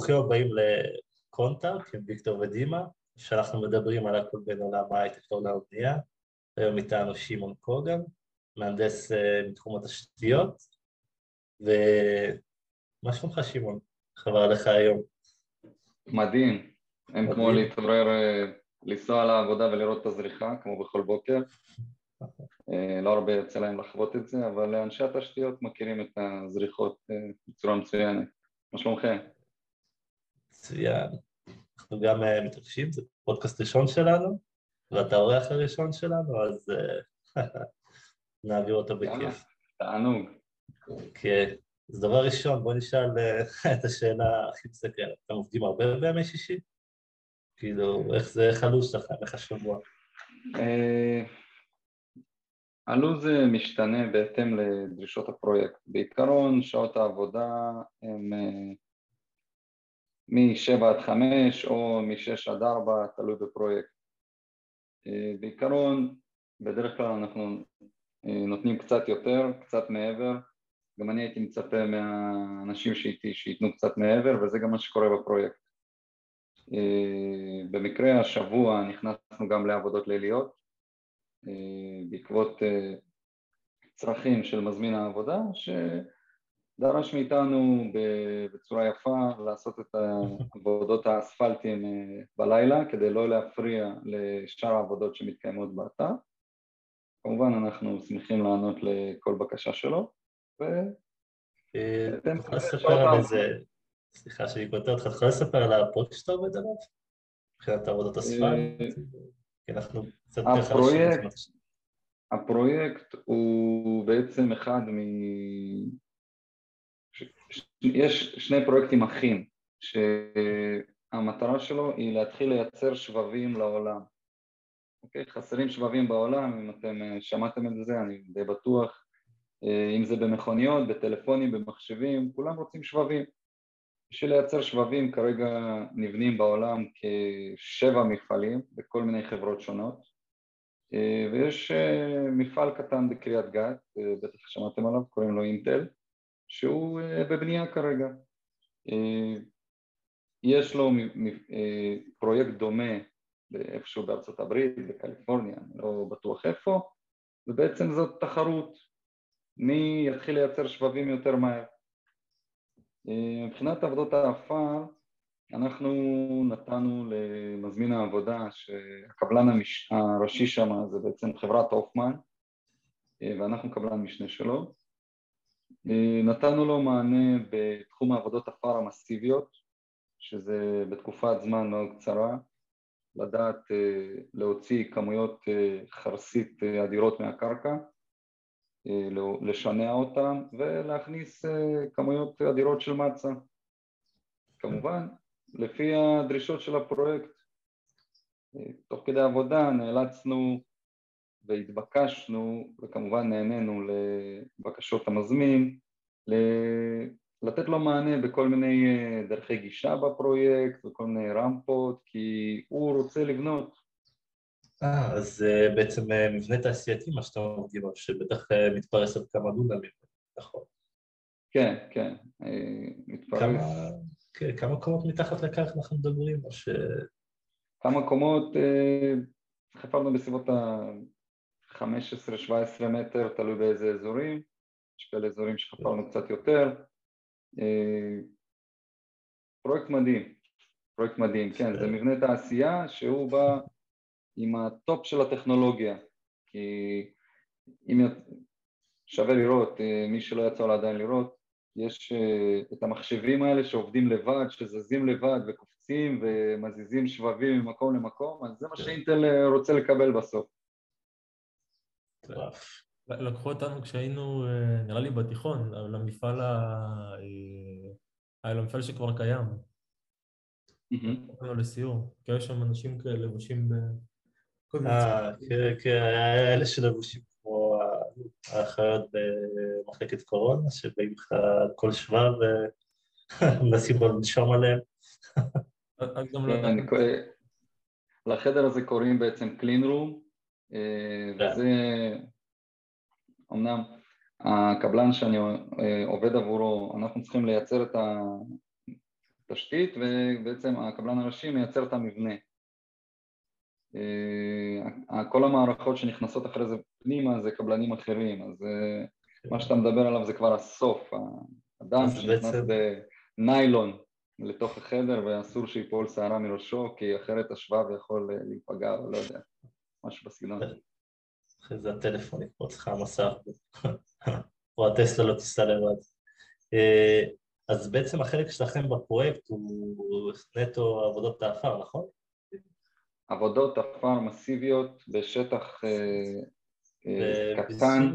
ברוכים הבאים לקונטארק עם ויקטור ודימה, שאנחנו מדברים על הכל בין עולם ההייטק לעולם הבנייה. היום איתנו שמעון קוגן, מהנדס מתחום התשתיות, ומה שלומך שמעון? חבר עליך היום. מדהים, אין כמו להתעורר, לנסוע לעבודה ולראות את הזריחה, כמו בכל בוקר. לא הרבה יוצא להם לחוות את זה, אבל אנשי התשתיות מכירים את הזריחות בצורה מצוינת. מה שלומכם? מצוין. אנחנו גם מתרגשים, זה פודקאסט ראשון שלנו, ואתה האורח הראשון שלנו, אז נעביר אותו בכיף. תענוג. כן. אז דבר ראשון, בוא נשאל את השאלה הכי מסקרנת. אתם עובדים הרבה בימי שישי? כאילו, איך הלו"ז שלכם, איך השבוע? הלו"ז משתנה בהתאם לדרישות הפרויקט. בעיקרון, שעות העבודה הן מ-7 עד 5 או מ-6 עד 4, תלוי בפרויקט. בעיקרון, בדרך כלל אנחנו נותנים קצת יותר, קצת מעבר. גם אני הייתי מצפה מהאנשים שאיתי שייתנו קצת מעבר, וזה גם מה שקורה בפרויקט. במקרה השבוע נכנסנו גם לעבודות ליליות, בעקבות צרכים של מזמין העבודה, שדרש מאיתנו בצורה יפה לעשות את העבודות האספלטיים בלילה, כדי לא להפריע לשאר העבודות שמתקיימות באתר. כמובן אנחנו שמחים לענות לכל בקשה שלו, אתה יכול לספר על איזה, סליחה שאני קוטע אותך, אתה יכול לספר על הפרויקט שאתה עובד עליו? מבחינת עבודות אספלט? כי אנחנו קצת חדשים בזמן השני. הפרויקט הוא בעצם אחד יש שני פרויקטים אחים, שהמטרה שלו היא להתחיל לייצר שבבים לעולם. אוקיי, חסרים שבבים בעולם, אם אתם שמעתם את זה, אני די בטוח, אם זה במכוניות, בטלפונים, במחשבים, כולם רוצים שבבים. בשביל לייצר שבבים כרגע נבנים בעולם כ7 מפעלים בכל מיני חברות שונות, ויש מפעל קטן בקריית גת, בטח שמעתם עליו, קוראים לו אינטל, שהוא בבנייה כרגע. יש לו פרויקט דומה איפשהו בארצות הברית, בקליפורניה, אני לא בטוח איפה, ובעצם זאת תחרות, מי יתחיל לייצר שבבים יותר מהר. מבחינת עבודות העפר, אנחנו נתנו למזמין העבודה שהקבלן הראשי שם זה בעצם חברת הופמן, ואנחנו קבלן משנה שלו. נתנו לו מענה בתחום העבודות עפר המסיביות, שזה בתקופת זמן מאוד קצרה, לדעת להוציא כמויות חרסית אדירות מהקרקע, לשנע אותם ולהכניס כמויות אדירות של מצה. כמובן, לפי הדרישות של הפרויקט, תוך כדי עבודה נאלצנו והתבקשנו, וכמובן נהנינו לבקשות המזמין, לתת לו מענה בכל מיני דרכי גישה בפרויקט, וכל מיני רמפות, כי הוא רוצה לבנות. אז בעצם מבנה תעשייתי, מה שאתה מרגיש, שבטח מתפרס על כמה דונמים, נכון? כן, כן, מתפרס. כמה קומות מתחת לקרקע אנחנו מדברים? כמה קומות, חפרנו בסביבות ה-15-17 מטר, תלוי באיזה אזורים, יש כאלה אזורים שחפרנו קצת יותר. פרויקט מדהים, פרויקט מדהים, כן, זה מבנה תעשייה שהוא בא עם הטופ של הטכנולוגיה, כי אם שווה לראות, מי שלא יצא לו עדיין לראות, יש את המחשבים האלה שעובדים לבד, שזזים לבד וקופצים ומזיזים שבבים ממקום למקום, אז זה מה שאינטל רוצה לקבל בסוף. לקחו אותנו כשהיינו, נראה לי בתיכון, למפעל שכבר קיים. קוראים לו לסיור, כי יש שם אנשים כאלה לבושים בכל מיני צבעים. כן, אלה שלבושים כמו האחיות במחלקת קורונה, שבאים לך כל שבב ומנסים לנשום עליהם. לחדר הזה קוראים בעצם clean room, וזה אמנם הקבלן שאני עובד עבורו, אנחנו צריכים לייצר את תשתית, ובעצם הקבלן הראשי מייצר את המבנה. כל המערכות שנכנסות אחרי זה פנימה זה קבלנים אחרים, אז מה שאתה מדבר עליו זה כבר הסוף, האדם שנכנס בניילון לתוך החדר ואסור שיפול שערה מראשו, כי אחרת השבב יכול להיפגע, או לא יודע, משהו בסגנון. אחרי זה הטלפון יקפוץ לך המסך, או הטסלה לא תיסע לבד. אז בעצם החלק שלכם בפרויקט הוא נטו עבודות האפר, נכון? עבודות אפר מסיביות בשטח קטן.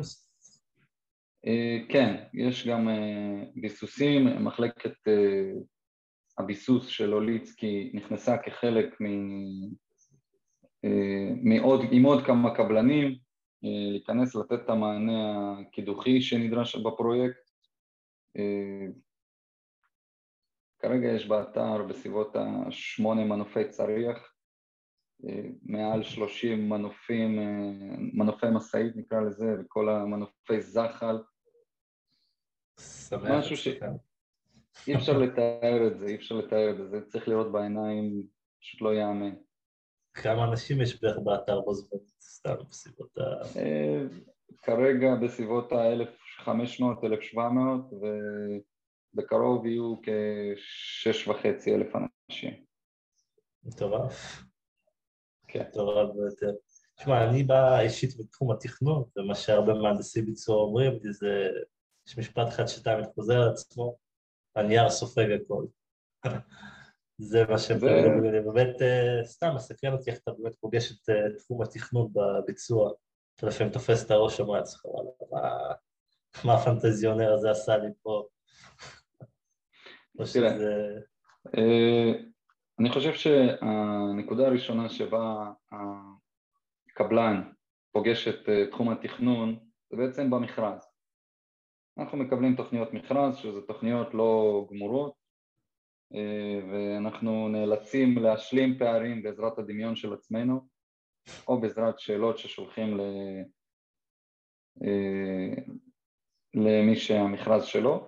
כן, יש גם ביסוסים, מחלקת הביסוס של אוליצקי נכנסה כחלק עם עוד כמה קבלנים, להיכנס לתת את המענה הקידוחי שנדרש בפרויקט. כרגע יש באתר בסביבות 8 מנופי צריח, מעל 30 מנופי מסעית נקרא לזה, וכל המנופי זחל. משהו שאי אפשר לתאר את זה, אי אפשר לתאר את זה, צריך לראות בעיניים, פשוט לא יאמן. כמה אנשים יש בערך באתר בזמן, סתם בסביבות כרגע בסביבות ה-1,500-1,700, ובקרוב יהיו כ-6,500 אנשים. מטורף. כן. מטורף ביותר. תשמע, אני בא אישית בתחום התכנון, ומה שהרבה מהנדסי ביצוע אומרים, זה, יש משפט אחד שתמיד חוזר על עצמו, הנייר סופג הכל. זה מה שהם מדברים עליהם, באמת סתם מסקרן אותי איך אתה באמת פוגש את תחום התכנון בביצוע, אתה לפעמים תופס את הראש שאומר לעצמך, מה הפנטזיונר הזה עשה לי פה? תראה, אני חושב שהנקודה הראשונה שבה הקבלן פוגש את תחום התכנון זה בעצם במכרז. אנחנו מקבלים תוכניות מכרז, שזה תוכניות לא גמורות, ואנחנו נאלצים להשלים פערים בעזרת הדמיון של עצמנו, או בעזרת שאלות ששולחים למי שהמכרז שלו,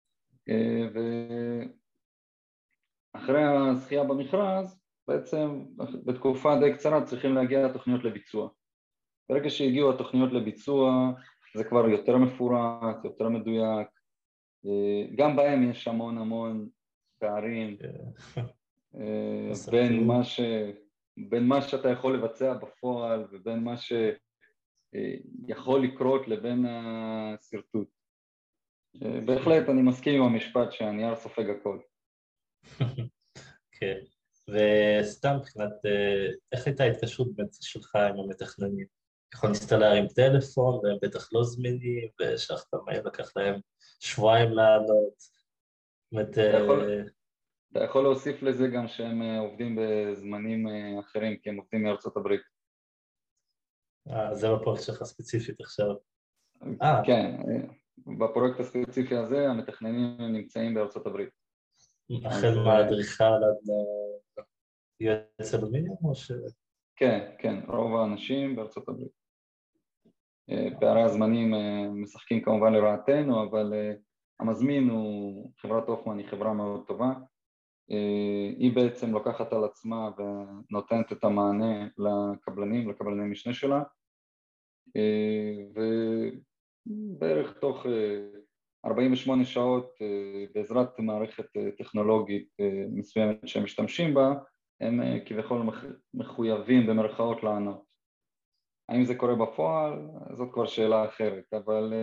ואחרי הזכייה במכרז, בעצם בתקופה די קצרה צריכים להגיע לתוכניות לביצוע. ברגע שהגיעו התוכניות לביצוע, זה כבר יותר מפורט, יותר מדויק, גם בהם יש המון פערים בין מה שאתה יכול לבצע בפועל ובין מה שיכול לקרות לבין הסרטוט. בהחלט אני מסכים עם המשפט שהנייר סופג הכל. כן, וסתם מבחינת, איך הייתה ההתקשרות שלך עם המתכננים? יכול ניסת להרים טלפון והם בטח לא זמינים, ושלחת מייל לקח להם שבועיים לעלות. אתה יכול להוסיף לזה גם שהם עובדים בזמנים אחרים, כי הם עובדים מארצות הברית. זה בפרויקט שלך ספציפית עכשיו. כן, בפרויקט הספציפי הזה המתכננים נמצאים בארצות הברית. החל מהאדריכל עד יועץ אלומיניום או ש... כן, רוב האנשים בארצות הברית. פערי הזמנים משחקים כמובן לרעתנו, אבל המזמין הוא, חברת הופמן היא חברה מאוד טובה, היא בעצם לוקחת על עצמה ונותנת את המענה לקבלני משנה שלה, ובערך תוך 48 שעות בעזרת מערכת טכנולוגית מסוימת שהם משתמשים בה, הם כביכול מחויבים במרכאות לענות. האם זה קורה בפועל? זאת כבר שאלה אחרת, אבל...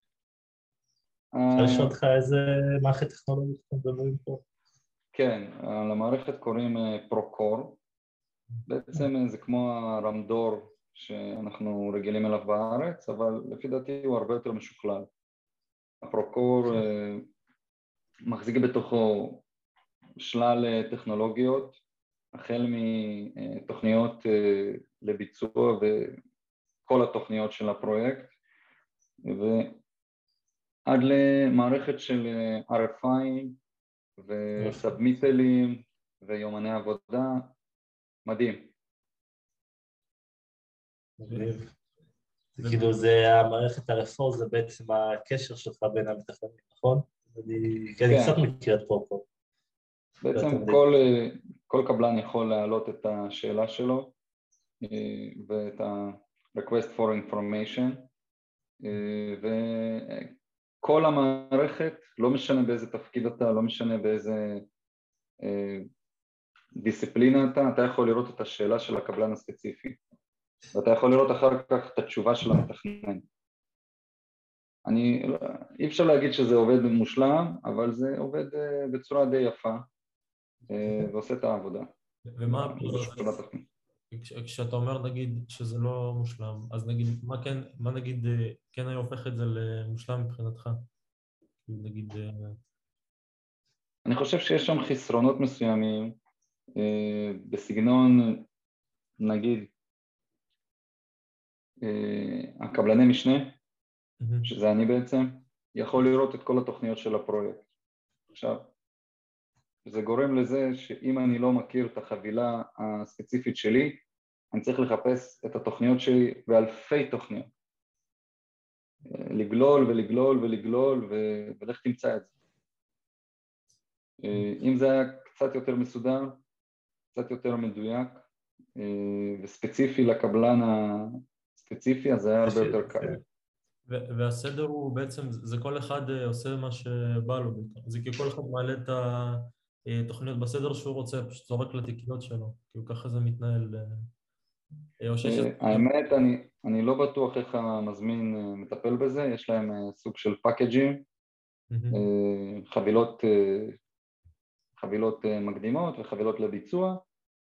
אפשר לשאול אותך איזה מערכת טכנולוגית אתם מדברים פה? כן, למערכת קוראים פרוקור, בעצם זה כמו הרמדור שאנחנו רגילים אליו בארץ, אבל לפי דעתי הוא הרבה יותר משוכלל. הפרוקור מחזיק בתוכו שלל טכנולוגיות, החל מתוכניות לביצוע וכל התוכניות של הפרויקט, ועד למערכת של RFI וסאבמיטלים ויומני עבודה, מדהים. כאילו זה המערכת הרפור, זה בעצם הקשר שלך בין המתכננים, נכון? אני קצת מכיר את פרוקור. בעצם כל קבלן יכול להעלות את השאלה שלו ואת ה-request for information, וכל המערכת, לא משנה באיזה תפקיד אתה, לא משנה באיזה דיסציפלינה אתה יכול לראות את השאלה של הקבלן הספציפי, ואתה יכול לראות אחר כך את התשובה של המתכנן. אי אפשר להגיד שזה עובד מושלם, אבל זה עובד בצורה די יפה, ועושה את העבודה. ומה כשאתה אומר נגיד שזה לא מושלם, אז נגיד מה נגיד כן היה הופך את זה למושלם מבחינתך? נגיד... אני חושב שיש שם חסרונות מסוימים, בסגנון נגיד הקבלני משנה, שזה אני בעצם, יכול לראות את כל התוכניות של הפרויקט. עכשיו, זה גורם לזה שאם אני לא מכיר את החבילה הספציפית שלי, אני צריך לחפש את התוכניות שלי באלפי תוכניות. לגלול ולגלול ולגלול ולך תמצא את זה. אם זה היה קצת יותר מסודר, קצת יותר מדויק וספציפי לקבלן הספציפי, אז זה היה הרבה יותר קל. והסדר הוא בעצם, זה כל אחד עושה מה שבא לו, זה כי כל אחד מעלה את התוכניות בסדר שהוא רוצה, פשוט זורק לתיקיות שלו, כי ככה זה מתנהל. האמת, אני לא בטוח איך המזמין מטפל בזה, יש להם סוג של פאקג'ים, חבילות מקדימות וחבילות לביצוע,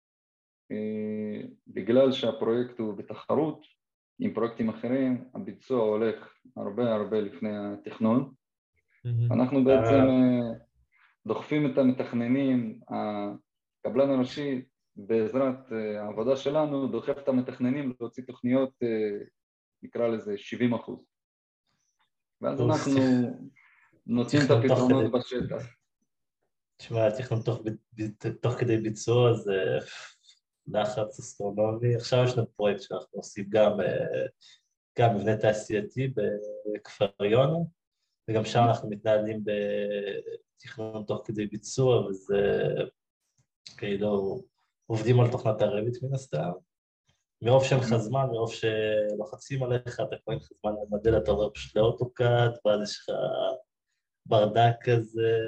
בגלל שהפרויקט הוא בתחרות עם פרויקטים אחרים, הביצוע הולך הרבה לפני התכנון. אנחנו בעצם דוחפים את המתכננים, הקבלן הראשי בעזרת העבודה שלנו דוחף את המתכננים להוציא תוכניות, נקרא לזה 70%. ואז אנחנו נותנים את הפתרונות בשטח. תשמע, תכנון תוך כדי ביצוע זה לחץ אסטרונומי. עכשיו יש לנו פרויקט שאנחנו עושים גם מבנה תעשייתי בכפר יונה, וגם שם אנחנו מתנהלים בתכנון תוך כדי ביצוע, וזה כאילו עובדים על תוכנת הרביט מן הסתם. מרוב שאין לך זמן, מרוב שלוחצים עליך, אתה כבר אין לך זמן למדל, אתה עובר פשוט לאוטוקאד, ואז יש לך ברדק כזה,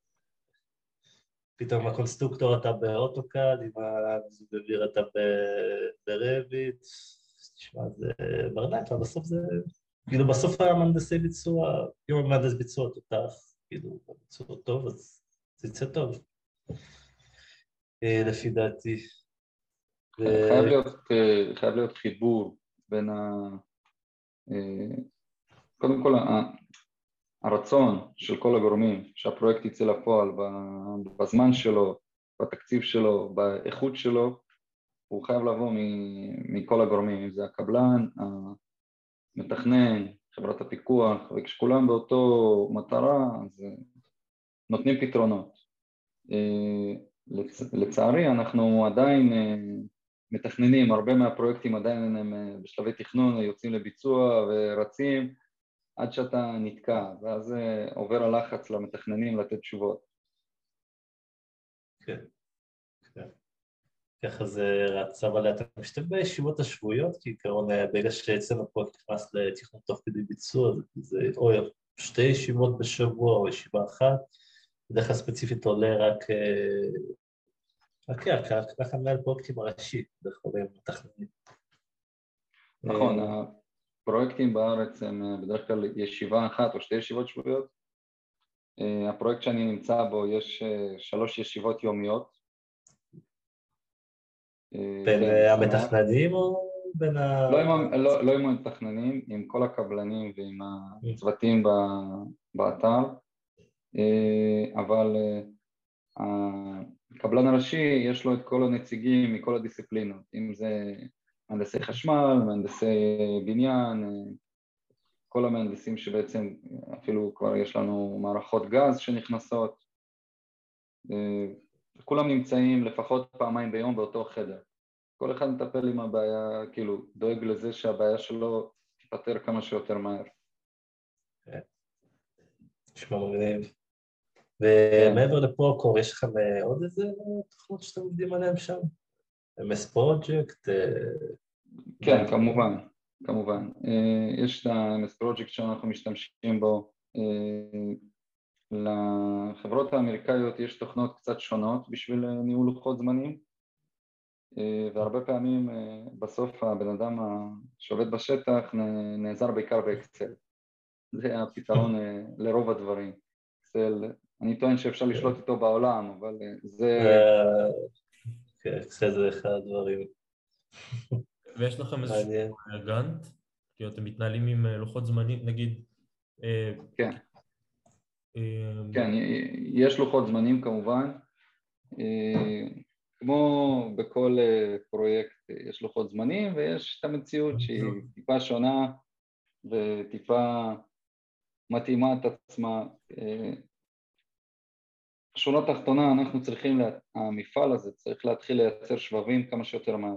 פתאום הקונסטרוקטור אתה באוטוקאד, עם הזוג אוויר אתה ברביט, תשמע, זה ברדק, אבל בסוף זה, כאילו בסוף המהנדסי ביצוע, אם המהנדס ביצוע תותח, כאילו ביצוע טוב, אז זה יצא טוב, לפי דעתי. חייב להיות חיבור בין קודם כל הרצון של כל הגורמים שהפרויקט יצא לפועל בזמן שלו, בתקציב שלו, באיכות שלו, הוא חייב לבוא מכל הגורמים, אם זה הקבלן, המתכנן, חברת הפיקוח, וכשכולם באותו מטרה, אז נותנים פתרונות. לצערי אנחנו עדיין מתכננים, הרבה מהפרויקטים עדיין הם בשלבי תכנון, יוצאים לביצוע ורצים עד שאתה נתקע, ואז עובר הלחץ למתכננים לתת תשובות. כן, כן. ככה זה רץ, אבל אתה משתתף בישיבות השבועיות, כי עיקרון ברגע שאצלנו פרויקט נכנס לתכנון תוך כדי ביצוע, זה או 2 ישיבות בשבוע או ישיבה אחת, בדרך כלל ספציפית עולה רק ככה מנהל פרויקטים הראשי, בדרך כלל מתכננים. נכון, הפרויקטים בארץ הם בדרך כלל ישיבה אחת או 2 ישיבות שבועיות. הפרויקט שאני נמצא בו יש 3 ישיבות יומיות. בין המתכננים או בין לא עם המתכננים, עם כל הקבלנים ועם הצוותים באתר, אבל הקבלן הראשי יש לו את כל הנציגים מכל הדיסציפלינות, אם זה מהנדסי חשמל, מהנדסי בניין, כל המהנדסים שבעצם אפילו כבר יש לנו מערכות גז שנכנסות, כולם נמצאים לפחות פעמיים ביום באותו חדר. כל אחד מטפל עם הבעיה, כאילו דואג לזה שהבעיה שלו תיפטר כמה שיותר מהר. נשמע מגניב. ומעבר לפרוקור, יש לכם עוד איזה תוכנות שאתם עובדים עליהן שם? MS Project? כן, כמובן, כמובן. יש את ה-MS Project שאנחנו משתמשים בו. לחברות האמריקאיות יש תוכנות קצת שונות בשביל ניהול לוחות זמנים, והרבה פעמים בסוף הבן אדם שעובד בשטח נעזר בעיקר באקסל. זה הפתרון לרוב הדברים. אקסל, אני טוען שאפשר לשלוט איתו בעולם, אבל זה... כן, אקסל זה אחד הדברים. ויש לכם איזשהו גאנט? כי אתם מתנהלים עם לוחות זמנים, נגיד... כן. כן, יש לוחות זמנים כמובן. כמו בכל פרויקט יש לוחות זמנים, ויש את המציאות שהיא טיפה שונה וטיפה מתאימה את עצמה. בשורה התחתונה אנחנו צריכים, המפעל הזה צריך להתחיל לייצר שבבים כמה שיותר מהר.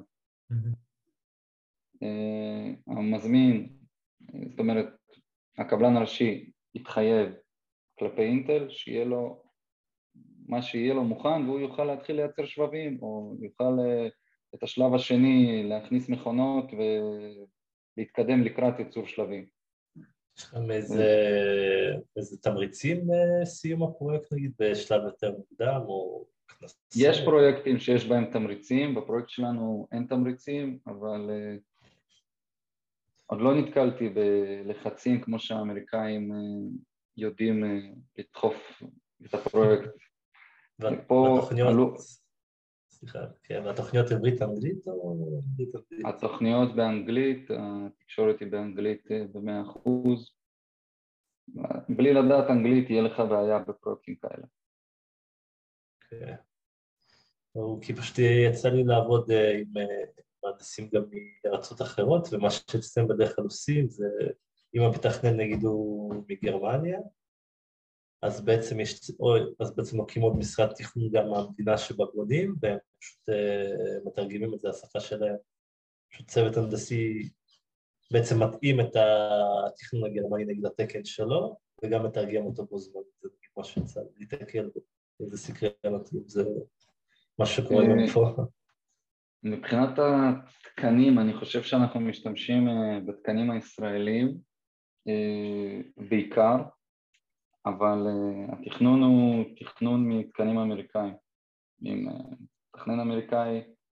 המזמין, זאת אומרת, הקבלן הראשי יתחייב כלפי אינטל שיהיה לו מה שיהיה לו מוכן, והוא יוכל להתחיל לייצר שבבים, או יוכל את השלב השני להכניס מכונות ולהתקדם לקראת ייצור שלבים. יש לכם איזה תמריצים לסיום הפרויקט, נגיד, בשלב יותר מוקדם, או... יש פרויקטים שיש בהם תמריצים, בפרויקט שלנו אין תמריצים, אבל עוד לא נתקלתי בלחצים כמו שהאמריקאים יודעים לדחוף את הפרויקט. והתוכניות, סליחה, כן, והתוכניות עברית אנגלית או עברית אנגלית? התוכניות באנגלית, התקשורת היא באנגלית ב100%. בלי לדעת אנגלית יהיה לך בעיה בפרויקטים כאלה. כן. כי פשוט יצא לי לעבוד עם מהנדסים גם מארצות אחרות, ומה שאצלם בדרך כלל עושים זה, אם המתכנן נגיד הוא מגרמניה, אז בעצם מקים עוד משרד תכנון גם מהמדינה שבבונים, והם פשוט מתרגמים את זה לשפה שלהם. פשוט צוות הנדסי בעצם מתאים את התכנון הגרמני נגד התקן שלו, וגם מתרגם אותו בו זמן. זה מה שיצא להתקל בו. זה סקרן אותי, זה מה שקורה גם פה. מבחינת התקנים, אני חושב שאנחנו משתמשים בתקנים הישראלים בעיקר, אבל התכנון הוא תכנון מתקנים אמריקאים. עם תכנן אמריקאי...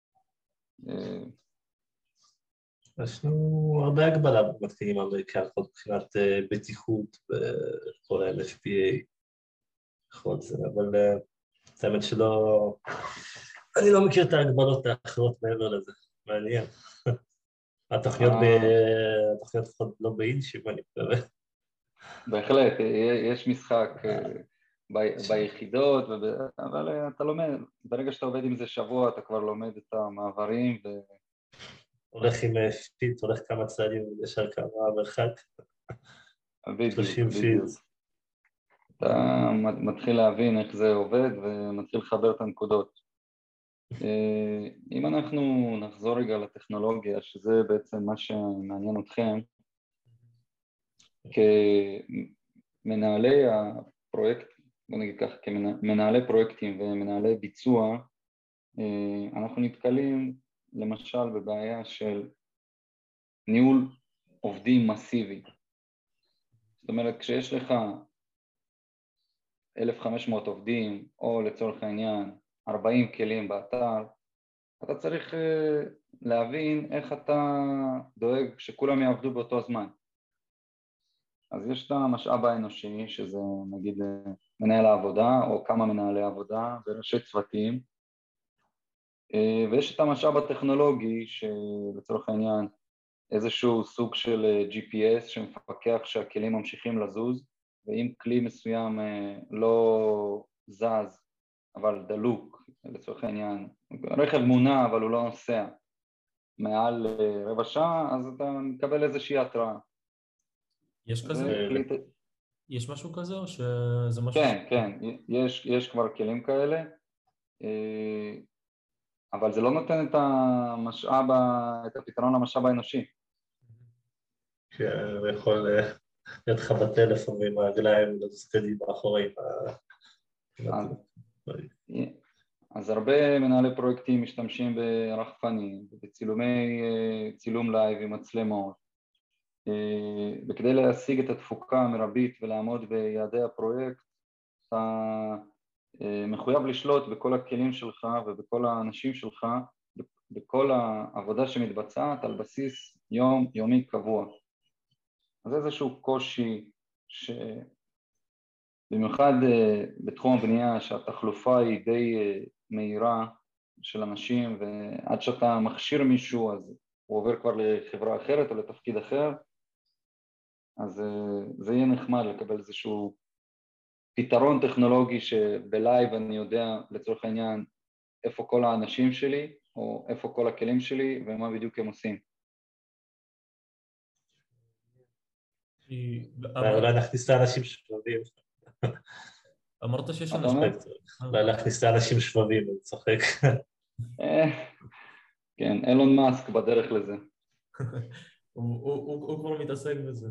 יש לנו הרבה הגבלה בתקנים האמריקאים, מבחינת בטיחות וכל ה-LFPA, אבל האמת שלא... אני לא מכיר את ההגבלות האחרות מעבר לזה, מעניין. התוכניות לא באינצ'ים, אני מקווה. בהחלט, יש משחק ביחידות, אבל אתה לומד, ברגע שאתה עובד עם זה שבוע, אתה כבר לומד את המעברים. הולך עם פיט, הולך כמה צעדים, ישר כמה מרחק. 30 פיט. אתה מתחיל להבין איך זה עובד ומתחיל לחבר את הנקודות. אם אנחנו נחזור רגע לטכנולוגיה, שזה בעצם מה שמעניין אתכם, כמנהלי הפרויקט, בוא נגיד ככה, כמנהלי פרויקטים ומנהלי ביצוע, אנחנו נתקלים למשל בבעיה של ניהול עובדים מסיבי. זאת אומרת, כשיש לך 1,500 עובדים, או לצורך העניין 40 כלים באתר, אתה צריך להבין איך אתה דואג שכולם יעבדו באותו זמן. אז יש את המשאב האנושי, שזה נגיד מנהל העבודה, או כמה מנהלי עבודה, וראשי צוותים, ויש את המשאב הטכנולוגי, שלצורך העניין איזשהו סוג של GPS שמפקח שהכלים ממשיכים לזוז, ואם כלי מסוים לא זז, אבל דלוק, לצורך העניין, רכב מונע אבל הוא לא נוסע מעל רבע שעה, אז אתה מקבל איזושהי התראה. יש כזה? יש משהו כזה או שזה משהו... כן, כן, יש כבר כלים כאלה, אבל זה לא נותן את המשאב, את הפתרון למשאב האנושי. כן, הוא יכול להיות לך בטלפון ועם הרגליים, לזוז קדימה אחורה עם אז הרבה מנהלי פרויקטים משתמשים ברחפנים, בצילומי צילום לייב עם מצלמות, וכדי להשיג את התפוקה המרבית ולעמוד ביעדי הפרויקט, אתה מחויב לשלוט בכל הכלים שלך ובכל האנשים שלך, בכל העבודה שמתבצעת על בסיס יומי קבוע. אז איזשהו קושי במיוחד בתחום הבנייה שהתחלופה היא די מהירה של אנשים, ועד שאתה מכשיר מישהו אז הוא עובר כבר לחברה אחרת או לתפקיד אחר, אז זה יהיה נחמד לקבל איזשהו פתרון טכנולוגי שבלייב אני יודע לצורך העניין איפה כל האנשים שלי או איפה כל הכלים שלי ומה בדיוק הם עושים. אולי נכניס לאנשים שבבים. אמרת שיש אתה אנשים... אומר? אולי להכניס לאנשים שבבים, אני צוחק. כן, אילון מאסק בדרך לזה. הוא כבר מתעסק בזה.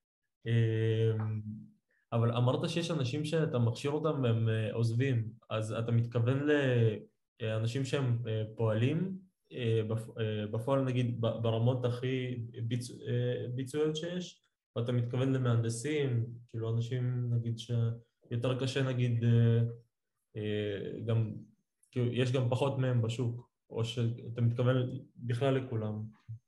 אבל אמרת שיש אנשים שאתה מכשיר אותם והם עוזבים, אז אתה מתכוון לאנשים שהם פועלים בפועל נגיד ברמות הכי ביצועיות שיש, ואתה מתכוון למהנדסים, כאילו אנשים נגיד שיותר קשה נגיד, גם, כאילו יש גם פחות מהם בשוק, או שאתה מתכוון בכלל לכולם?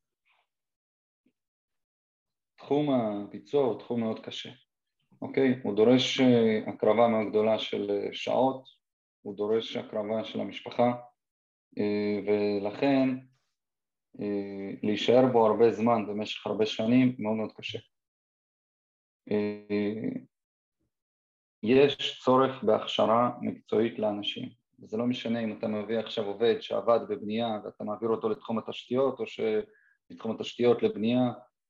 תחום הביצוע הוא תחום מאוד קשה, אוקיי? הוא דורש הקרבה מאוד גדולה של שעות, הוא דורש הקרבה של המשפחה, ולכן להישאר בו הרבה זמן במשך הרבה שנים מאוד מאוד קשה. יש צורך בהכשרה מקצועית לאנשים, וזה לא משנה אם אתה מביא עכשיו עובד שעבד בבנייה ואתה מעביר אותו לתחום התשתיות, או שמתחום התשתיות לבנייה,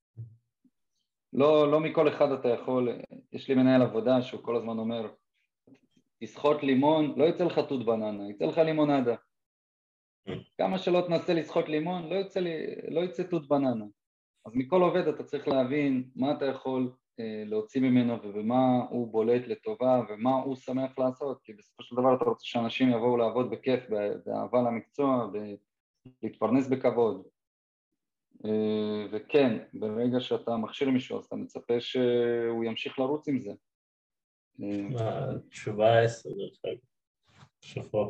לא מכל אחד אתה יכול. יש לי מנהל עבודה שהוא כל הזמן אומר, תסחוט לימון, לא יצא לך תות בננה, יצא לך לימונדה. כמה שלא תנסה לסחוט לימון, לא יצא תות בננה. אז מכל עובד אתה צריך להבין מה אתה יכול להוציא ממנו ובמה הוא בולט לטובה ומה הוא שמח לעשות, כי בסופו של דבר אתה רוצה שאנשים יבואו לעבוד בכיף, באהבה למקצוע ולהתפרנס בכבוד. וכן, ברגע שאתה מכשיר מישהו אז אתה מצפה שהוא ימשיך לרוץ עם זה. תשובה 10 דרך אגב. שפו.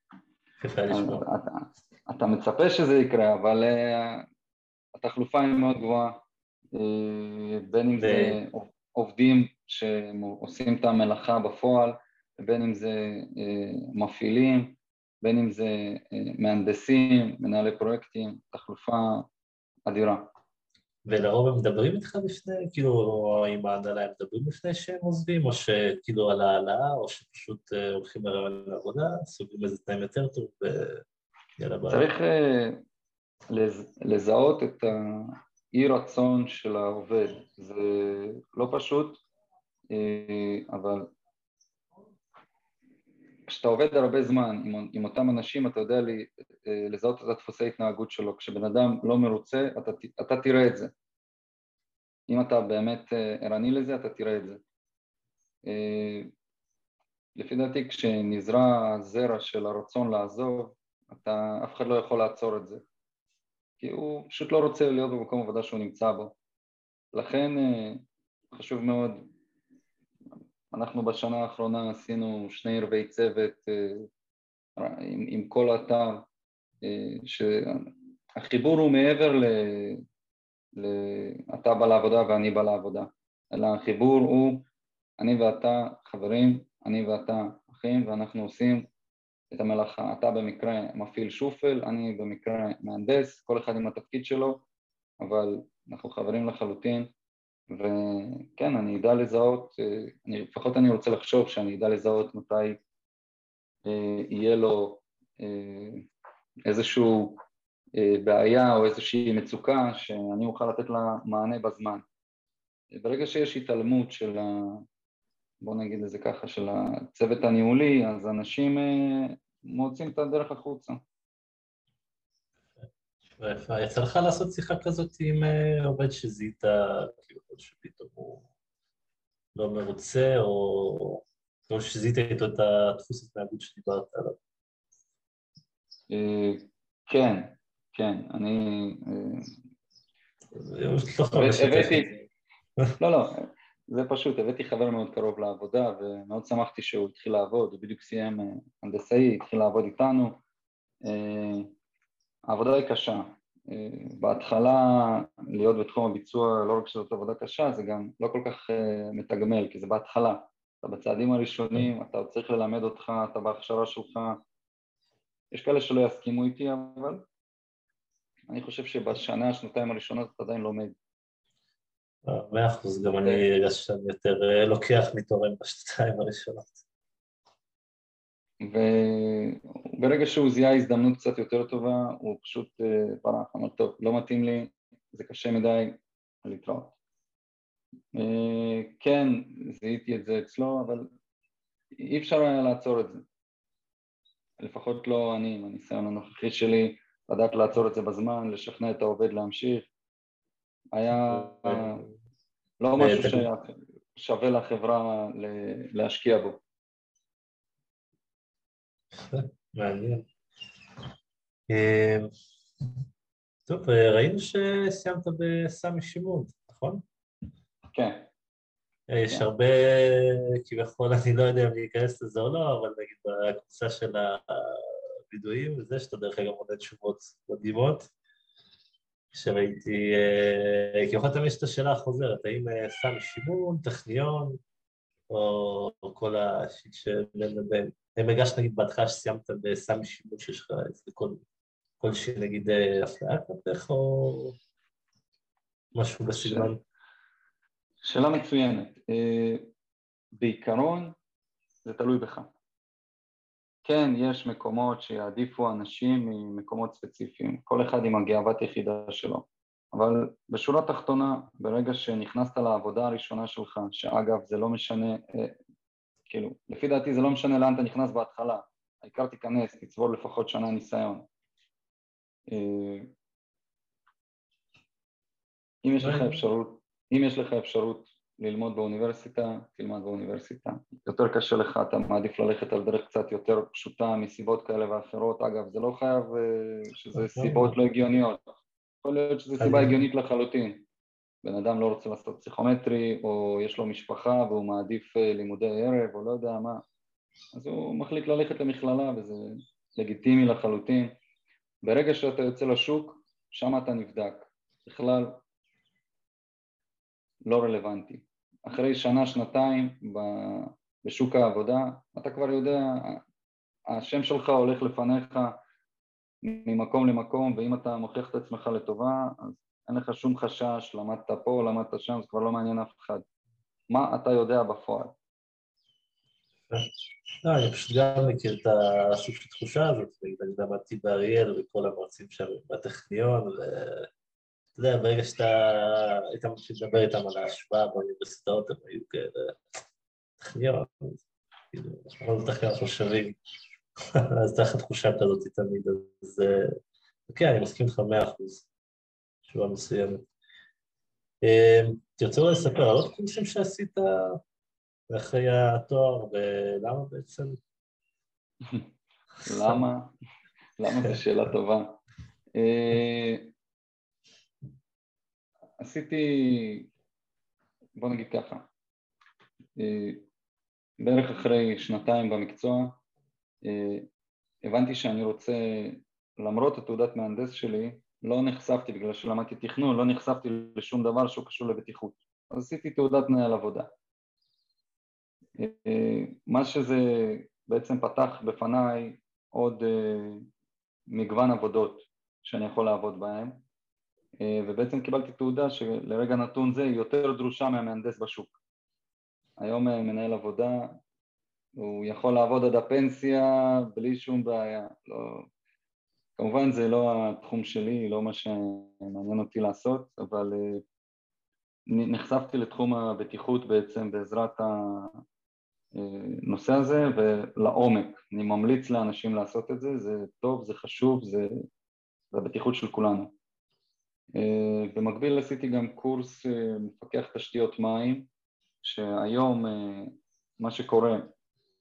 אתה מצפה שזה יקרה, אבל התחלופה היא מאוד גבוהה, בין אם זה עובדים שעושים את המלאכה בפועל, בין אם זה מפעילים, בין אם זה מהנדסים, מנהלי פרויקטים, תחלופה אדירה. ולרוב הם מדברים איתך לפני, כאילו עם ההנהלה הם מדברים לפני שהם עוזבים, או שכאילו על העלאה, או שפשוט הולכים לעבודה, סוגרים איזה תנאים יותר טוב ויאללה ביי. צריך לזהות את האי רצון של העובד, זה לא פשוט, אבל כשאתה עובד הרבה זמן עם אותם אנשים אתה יודע לזהות את הדפוסי התנהגות שלו. כשבן אדם לא מרוצה אתה תראה את זה, אם אתה באמת ערני לזה אתה תראה את זה. לפי דעתי כשנזרע הזרע של הרצון לעזוב אף אחד לא יכול לעצור את זה, כי הוא פשוט לא רוצה להיות במקום עבודה שהוא נמצא בו. לכן חשוב מאוד, אנחנו בשנה האחרונה עשינו 2 ערבי צוות עם כל אתר, שהחיבור הוא מעבר אתה בא לעבודה ואני בא לעבודה, אלא החיבור הוא אני ואתה חברים, אני ואתה אחים, ואנחנו עושים את המלאכה. אתה במקרה מפעיל שופל, אני במקרה מהנדס, כל אחד עם התפקיד שלו, אבל אנחנו חברים לחלוטין. וכן, אני אדע לזהות, לפחות אני רוצה לחשוב שאני אדע לזהות מתי יהיה לו איזשהו בעיה או איזושהי מצוקה שאני אוכל לתת לה מענה בזמן. ברגע שיש התעלמות של בוא נגיד את זה ככה, של הצוות הניהולי, אז אנשים מוצאים את הדרך החוצה. יצא לך לעשות שיחה כזאת עם עובד שזיהית, כאילו שפתאום הוא לא מרוצה, או או שזית איתו את הדפוס התנהגות שדיברת עליו. כן, כן, אני הבאתי, לא, זה פשוט, הבאתי חבר מאוד קרוב לעבודה ומאוד שמחתי שהוא התחיל לעבוד, הוא בדיוק סיים הנדסאי, התחיל לעבוד איתנו. העבודה היא קשה, בהתחלה להיות בתחום הביצוע, לא רק שזאת עבודה קשה, זה גם לא כל כך מתגמל, כי זה בהתחלה, אתה בצעדים הראשונים, אתה צריך ללמד אותך, אתה בהכשרה שלך, יש כאלה שלא יסכימו איתי, אבל אני חושב שבשנה, שנתיים הראשונות אתה עדיין לומד. 100%, גם אני הרגש שאני יותר לוקח מתורם בשנתיים הראשונות. וברגע שהוא זיהה הזדמנות קצת יותר טובה, הוא פשוט ברח, אמר טוב, לא מתאים לי, זה קשה מדי, להתראות. כן, זיהיתי את זה אצלו, אבל אי אפשר היה לעצור את זה. לפחות לא אני, עם הניסיון הנוכחי שלי, לדעת לעצור את זה בזמן, לשכנע את העובד להמשיך. היה לא משהו ששווה לחברה להשקיע בו. מעניין. טוב, ראינו שסיימת בסמי שימון, נכון? כן. יש הרבה, כביכול, אני לא יודע אם להיכנס לזה או לא, אבל נגיד בקבוצה של הווידואים וזה, שאתה דרך אגב עונה תשובות מדהימות, שראיתי, כביכול תמיד יש את השאלה החוזרת, האם סמי שימון, טכניון, או כל השיט שבין לבין. הם הגשת נגיד בהתחלה שסיימת בסמי שימון שיש לך איזה כלשהי נגיד אפליה כלפך או משהו בסגנון? שאלה מצוינת. בעיקרון זה תלוי בך. כן, יש מקומות שיעדיפו אנשים ממקומות ספציפיים, כל אחד עם הגאוות יחידה שלו. אבל בשורה תחתונה, ברגע שנכנסת לעבודה הראשונה שלך, שאגב זה לא משנה, כאילו, לפי דעתי זה לא משנה לאן אתה נכנס בהתחלה, העיקר תיכנס, תצבור לפחות שנה ניסיון. אם יש לך אפשרות ללמוד באוניברסיטה, תלמד באוניברסיטה. יותר קשה לך, אתה מעדיף ללכת על דרך קצת יותר פשוטה מסיבות כאלה ואחרות. אגב, זה לא חייב שזה סיבות לא הגיוניות. יכול להיות שזו סיבה הגיונית לחלוטין. בן אדם לא רוצה לעשות פסיכומטרי, או יש לו משפחה והוא מעדיף לימודי ערב, או לא יודע מה. אז הוא מחליט ללכת למכללה, וזה לגיטימי לחלוטין. ברגע שאתה יוצא לשוק, שם אתה נבדק. בכלל לא רלוונטי. אחרי שנה, שנתיים בשוק העבודה, אתה כבר יודע, השם שלך הולך לפניך ממקום למקום, ואם אתה מוכיח את עצמך לטובה, אז אין לך שום חשש, למדת פה, למדת שם, זה כבר לא מעניין אף אחד. מה אתה יודע בפועל? לא, אני פשוט גם מכיר את הסוג של תחושה הזאת, אני למדתי באריאל וכל המרצים שם בטכניון, אתה יודע, ברגע שאתה היית מתחיל לדבר איתם על ההשוואה באוניברסיטאות, הם היו כאלה טכניון, כאילו, אנחנו לא בטח אנחנו שווים, אז תחת תחושה כזאת תמיד, אז כן, אני מסכים לך 100%, תשובה מסוימת. תרצה אולי לספר על עוד קורסים שעשית אחרי התואר, ולמה בעצם? למה? למה זו שאלה טובה. עשיתי, בוא נגיד ככה, בערך אחרי שנתיים במקצוע, הבנתי שאני רוצה, למרות התעודת מהנדס שלי, לא נחשפתי, בגלל שלמדתי תכנון, לא נחשפתי לשום דבר שהוא קשור לבטיחות. אז עשיתי תעודת מנהל עבודה. מה שזה בעצם פתח בפניי עוד מגוון עבודות שאני יכול לעבוד בהן, ובעצם קיבלתי תעודה שלרגע נתון זה היא יותר דרושה מהמהנדס בשוק. היום מנהל עבודה, הוא יכול לעבוד עד הפנסיה בלי שום בעיה. לא, כמובן זה לא התחום שלי, לא מה שמעניין אותי לעשות, אבל נחשפתי לתחום הבטיחות בעצם בעזרת הנושא הזה ולעומק. אני ממליץ לאנשים לעשות את זה, זה טוב, זה חשוב, זה הבטיחות של כולנו. במקביל עשיתי גם קורס מפקח תשתיות מים, שהיום מה שקורה,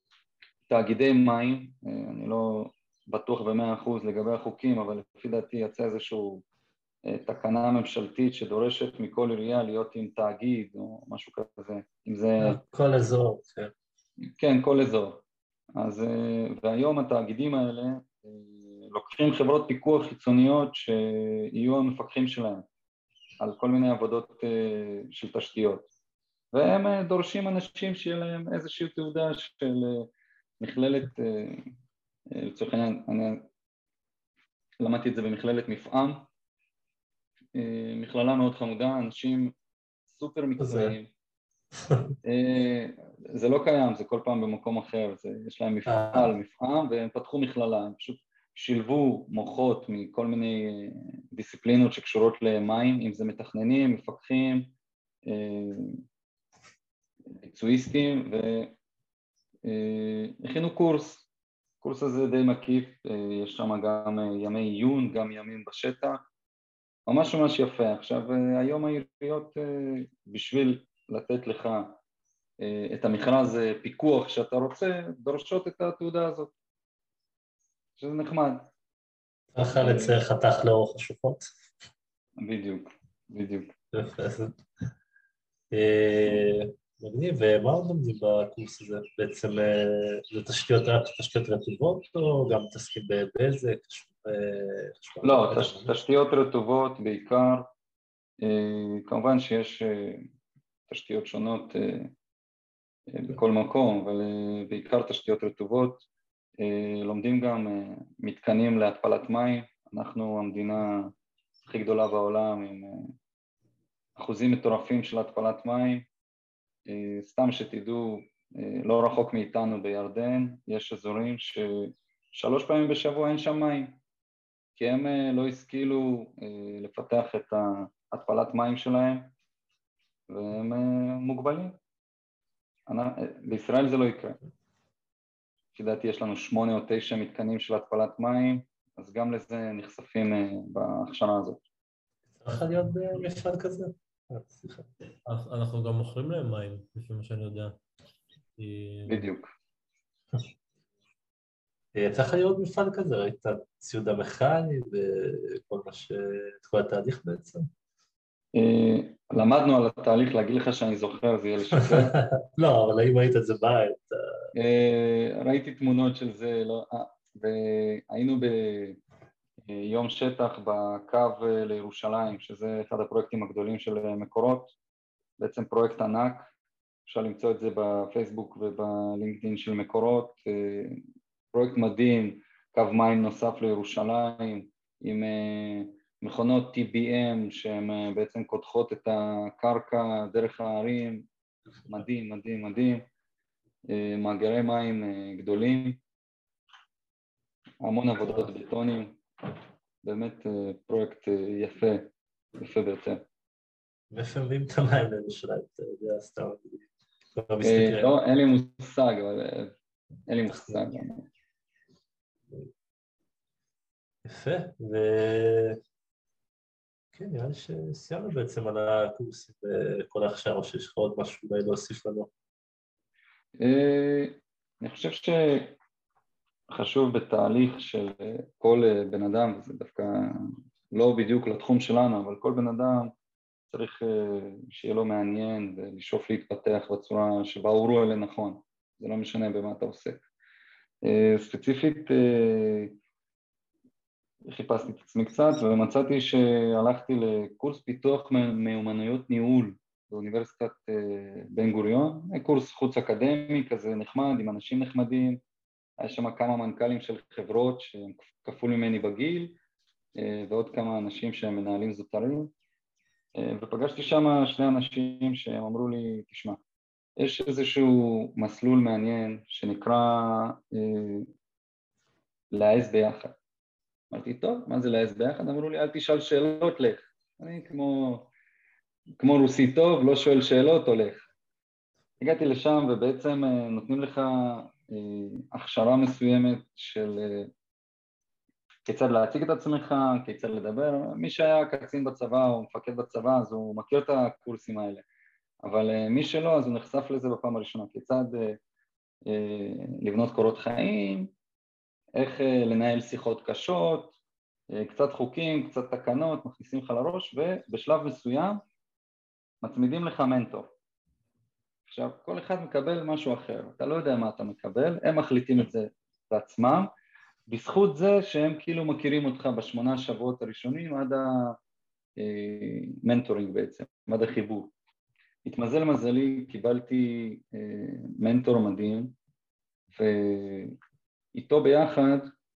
תאגידי מים, אני לא בטוח ב100% לגבי החוקים, אבל לפי דעתי יצא איזשהו תקנה ממשלתית שדורשת מכל עירייה להיות עם תאגיד או משהו כזה, אם זה... כל אזור, כן. כן, כל אזור. אז, והיום התאגידים האלה לוקחים חברות פיקוח חיצוניות שיהיו המפקחים שלהם על כל מיני עבודות של תשתיות. והם דורשים אנשים שיהיה להם איזושהי תעודה של מכללת, לצורך העניין, אני למדתי את זה במכללת מפעם, מכללה מאוד חמודה, אנשים סופר מקצועיים. זה לא קיים, זה כל פעם במקום אחר, יש להם מפעם והם פתחו מכללה, הם פשוט שילבו מוחות מכל מיני דיסציפלינות שקשורות למים, אם זה מתכננים, מפקחים, ביצועיסטים, והכינו קורס הזה די מקיף, יש שם גם ימי עיון, גם ימים בשטח, ממש ממש יפה. עכשיו היום העיריות בשביל לתת לך את המכרז פיקוח שאתה רוצה, דורשות את התעודה הזאת, שזה נחמד. צריך לצייר חתך לאורך השוחות. בדיוק. מגניב, ומה עוד לומדים בקורס הזה? בעצם זה תשתיות רטובות או גם מתעסקים בבזק? לא, תשתיות רטובות בעיקר, כמובן שיש תשתיות שונות בכל מקום, אבל בעיקר תשתיות רטובות. לומדים גם מתקנים להתפלת מים, אנחנו המדינה הכי גדולה בעולם עם אחוזים מטורפים של התפלת מים. סתם שתדעו, לא רחוק מאיתנו בירדן, יש אזורים ש3 פעמים בשבוע אין שם מים, כי הם לא השכילו לפתח את התפלת מים שלהם, והם מוגבלים. בישראל זה לא יקרה. לדעתי יש לנו 8 או 9 מתקנים של התפלת מים, אז גם לזה נחשפים בהכשרה הזאת. צריך להיות במפעל כזה? אנחנו גם מוכרים להם מים, לפי מה שאני יודע. בדיוק. צריך להיות מפעל כזה, ראית ציוד המכני וכל מה את כל התהליך בעצם? למדנו על התהליך, להגיד לך שאני זוכר, זה יהיה לשקר. לא, אבל האם ראית את זה בית? ראיתי תמונות של זה, והיינו ביום שטח בקו לירושלים, שזה אחד הפרויקטים הגדולים של מקורות, בעצם פרויקט ענק, אפשר למצוא את זה בפייסבוק ובלינקדאין של מקורות, פרויקט מדהים, קו מים נוסף לירושלים, עם מכונות TBM שהן בעצם קודחות את הקרקע דרך הערים, מדהים, מאגרי מים גדולים, המון עבודות בטונים, באמת פרויקט יפה ביותר. מאיפה מביאים את המים לירושלים, אתה יודע, סתם. לא, אין לי מושג, אבל אין לי מושג. יפה, כן, נראה לי שסיימנו בעצם על הקורס וכל ההכשרה, שיש לך עוד משהו אולי להוסיף לנו. אני חושב שחשוב בתהליך של כל בן אדם, וזה דווקא לא בדיוק לתחום שלנו, אבל כל בן אדם צריך שיהיה לו מעניין ולשאוף להתפתח בצורה שבה הוא רואה לנכון, זה לא משנה במה אתה עוסק. ספציפית חיפשתי את עצמי קצת ומצאתי שהלכתי לקורס פיתוח מיומנויות ניהול באוניברסיטת בן גוריון, קורס חוץ אקדמי כזה נחמד עם אנשים נחמדים, היה שם כמה מנכ"לים של חברות שהם כפול ממני בגיל ועוד כמה אנשים שהם מנהלים זוטרים, ופגשתי שם 2 אנשים שהם אמרו לי, תשמע, יש איזשהו מסלול מעניין שנקרא להעז ביחד. אמרתי, טוב, מה זה להעז ביחד? אמרו לי, אל תשאל שאלות, לך. אני כמו רוסי טוב, לא שואל שאלות, הולך. הגעתי לשם ובעצם נותנים לך הכשרה מסוימת של כיצד להציג את עצמך, כיצד לדבר. מי שהיה קצין בצבא או מפקד בצבא, אז הוא מכיר את הקורסים האלה. אבל מי שלא, אז הוא נחשף לזה בפעם הראשונה, כיצד לבנות קורות חיים, איך לנהל שיחות קשות, קצת חוקים, קצת תקנות, מכניסים לך לראש, ובשלב מסוים מצמידים לך מנטור. עכשיו, כל אחד מקבל משהו אחר, אתה לא יודע מה אתה מקבל, הם מחליטים את זה בעצמם, בזכות זה שהם כאילו מכירים אותך ב8 שבועות הראשונים עד המנטורינג בעצם, עד החיבור. התמזל מזלי, קיבלתי מנטור מדהים, ואיתו ביחד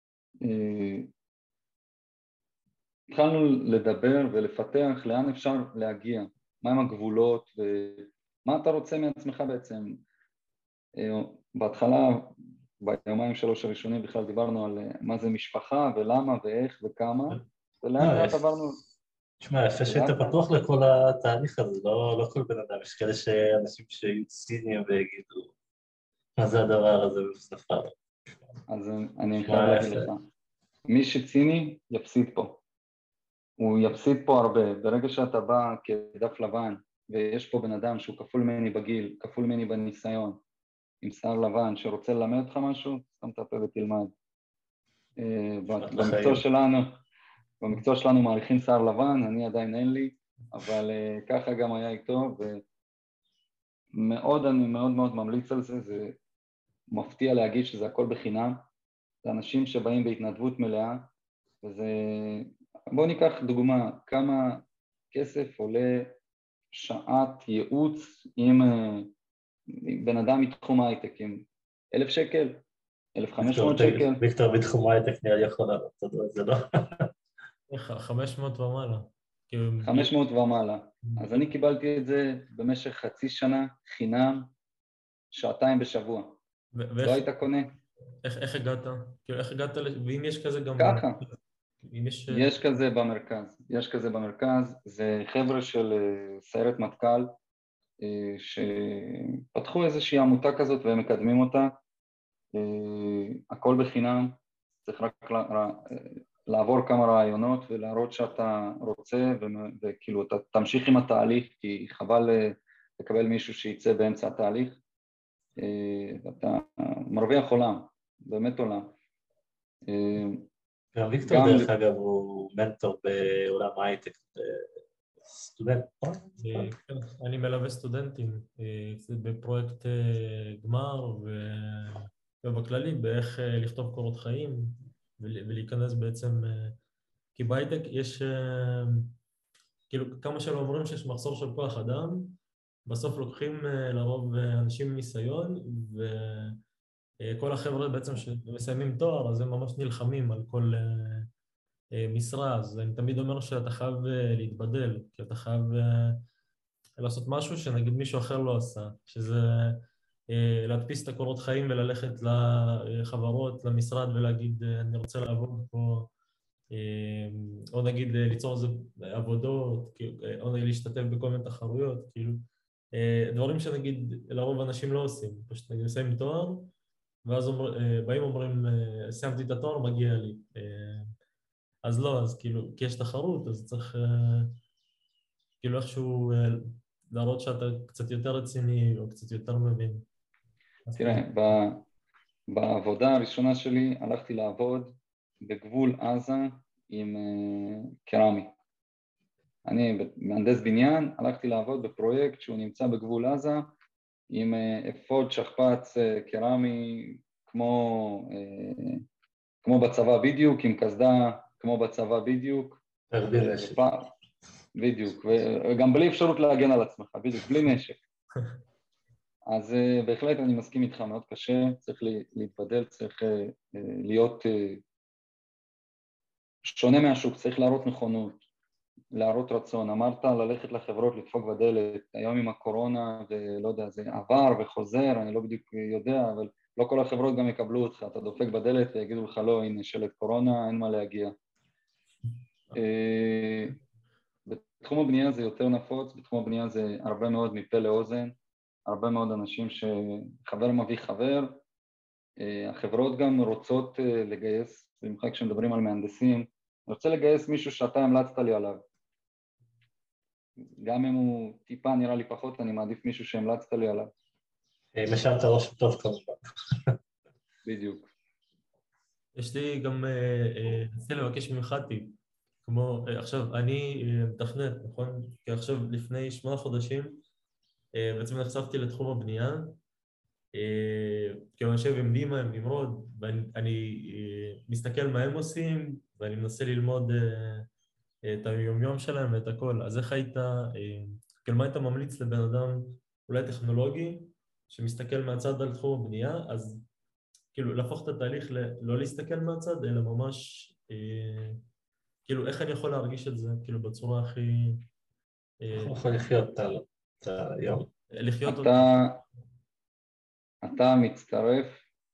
התחלנו לדבר ולפתח לאן אפשר להגיע, מהם הגבולות ומה אתה רוצה מעצמך בעצם. בהתחלה, ביומיים 3 הראשונים בכלל דיברנו על מה זה משפחה ולמה ואיך וכמה, ולאט לאט עברנו... תשמע, יפה שהיית פתוח לכל התהליך הזה, לא כל בן אדם, יש כאלה שאנשים שיהיו ציניים ויגידו מה זה הדבר הזה ובסנפה. אז אני חייב להגיד לך, מי שציני יפסיד פה, הוא יפסיד פה הרבה. ברגע שאתה בא כדף לבן ויש פה בן אדם שהוא כפול ממני בגיל, כפול ממני בניסיון, עם שיער לבן שרוצה ללמד אותך משהו, סתם תפה ותלמד. במקצוע שלנו מעריכים שיער לבן, אני עדיין אין לי, אבל ככה גם היה איתו, ומאוד אני מאוד ממליץ על זה, זה מפתיע להגיד שזה הכל בחינם, זה אנשים שבאים בהתנדבות מלאה, וזה, בואו ניקח דוגמה, כמה כסף עולה שעת ייעוץ עם בן אדם מתחום ההייטקים, 1,000 שקל, 1,500 שקל. ויקטור בתחום ההייטק נראה לי יכול לעלות, זה לא? 500 ומעלה. 500 ומעלה. אז אני קיבלתי את זה במשך חצי שנה, חינם, 2 בשבוע. לא היית קונה. איך הגעת? כאילו, איך הגעת, ואם יש כזה גם... ככה. יש כזה במרכז, זה חבר'ה של סיירת מטכ"ל, שפתחו איזושהי עמותה כזאת והם מקדמים אותה, הכל בחינם, צריך רק לעבור כמה רעיונות ולהראות שאתה רוצה, וכאילו אתה תמשיך עם התהליך, כי חבל לקבל מישהו שיצא באמצע התהליך, ואתה מרוויח עולם, באמת עולם. גם ויקטור דרך אגב הוא מנטור בעולם ההייטק, סטודנט, נכון? כן, אני מלווה סטודנטים בפרויקט גמר ובכללי באיך לכתוב קורות חיים ולהיכנס בעצם, כי בהייטק יש, כאילו כמה שלא אומרים שיש מחסור של כוח אדם, בסוף לוקחים לרוב אנשים עם ניסיון, וכל החבר'ה בעצם שמסיימים תואר, אז הם ממש נלחמים על כל משרה, אז אני תמיד אומר שאתה חייב להתבדל, כי אתה חייב לעשות משהו שנגיד מישהו אחר לא עשה, שזה להדפיס את הקורות חיים וללכת לחברות, למשרד ולהגיד אני רוצה לעבוד פה, או נגיד ליצור איזה עבודות, או נגיד להשתתף בכל מיני תחרויות, כאילו דברים שנגיד לרוב אנשים לא עושים, פשוט נגיד מסיים תואר, ואז באים אומרים סיימתי את התואר, מגיע לי. אז לא, אז כאילו, כי יש תחרות, אז צריך כאילו איכשהו להראות שאתה קצת יותר רציני או קצת יותר מבין. תראה, בעבודה הראשונה שלי הלכתי לעבוד בגבול עזה עם קרמי. אני מהנדס בניין, הלכתי לעבוד בפרויקט שהוא נמצא בגבול עזה עם אפוד שכפ"ץ קרמי כמו בצבא בדיוק, עם קסדה כמו בצבא בדיוק. בדיוק, וגם בלי אפשרות להגן על עצמך, בדיוק, בלי נשק. אז בהחלט אני מסכים איתך, מאוד קשה, צריך להתבדל, צריך להיות שונה מהשוק, צריך להראות נכונות, להראות רצון. אמרת ללכת לחברות, לדפוק בדלת, היום עם הקורונה ולא יודע, זה עבר וחוזר, אני לא בדיוק יודע, אבל לא כל החברות גם יקבלו אותך, אתה דופק בדלת ויגידו לך לא, הנה שלט קורונה, אין מה להגיע. בתחום הבנייה זה יותר נפוץ, בתחום הבנייה זה הרבה מאוד מפה לאוזן, הרבה מאוד אנשים שחבר מביא חבר, החברות גם רוצות לגייס, במיוחד כשמדברים על מהנדסים, אני רוצה לגייס מישהו שאתה המלצת לי עליו, גם אם הוא טיפה נראה לי פחות, אני מעדיף מישהו שהמלצת לי עליו, אם השארת רושם טוב כמובן. בדיוק. יש לי גם, רציתי לבקש ממך טיפ, כמו, עכשיו, אני מתכנת, נכון? כי עכשיו, לפני 8 חודשים, בעצם נחשפתי לתחום הבנייה, כאילו אני יושב עם דימה, עם נמרוד, ואני מסתכל מה הם עושים, ואני מנסה ללמוד את היומיום שלהם ואת הכל. אז איך היית, כאילו מה היית ממליץ לבן אדם, אולי טכנולוגי, שמסתכל מהצד על תחום הבנייה, אז כאילו להפוך את התהליך לא להסתכל מהצד, אלא ממש, כאילו איך אני יכול להרגיש את זה, כאילו בצורה הכי... איך הוא יכול לחיות את היום? לחיות אותו. אתה מצטרף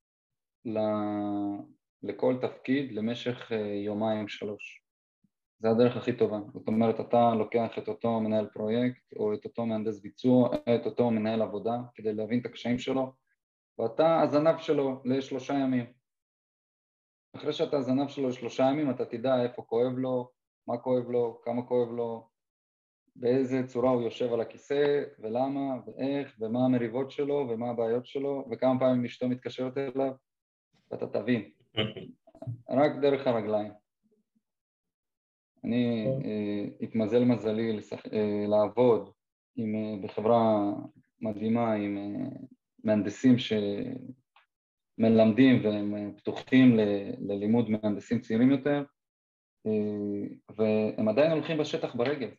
לכל תפקיד למשך 2-3. זה הדרך הכי טובה. זאת אומרת, אתה לוקח את אותו מנהל פרויקט, או את אותו מהנדס ביצוע, את אותו מנהל עבודה, כדי להבין את הקשיים שלו, ואתה הזנב שלו ל3 ימים. אחרי שאתה הזנב שלו ל3 ימים, אתה תדע איפה כואב לו, מה כואב לו, כמה כואב לו, באיזה צורה הוא יושב על הכיסא, ולמה, ואיך, ומה המריבות שלו, ומה הבעיות שלו, וכמה פעמים אשתו מתקשרת אליו, ואתה תבין. רק דרך הרגליים. אני התמזל מזלי לעבוד בחברה מדהימה עם מהנדסים שמלמדים והם פתוחים ללימוד מהנדסים צעירים יותר, והם עדיין הולכים בשטח ברגל.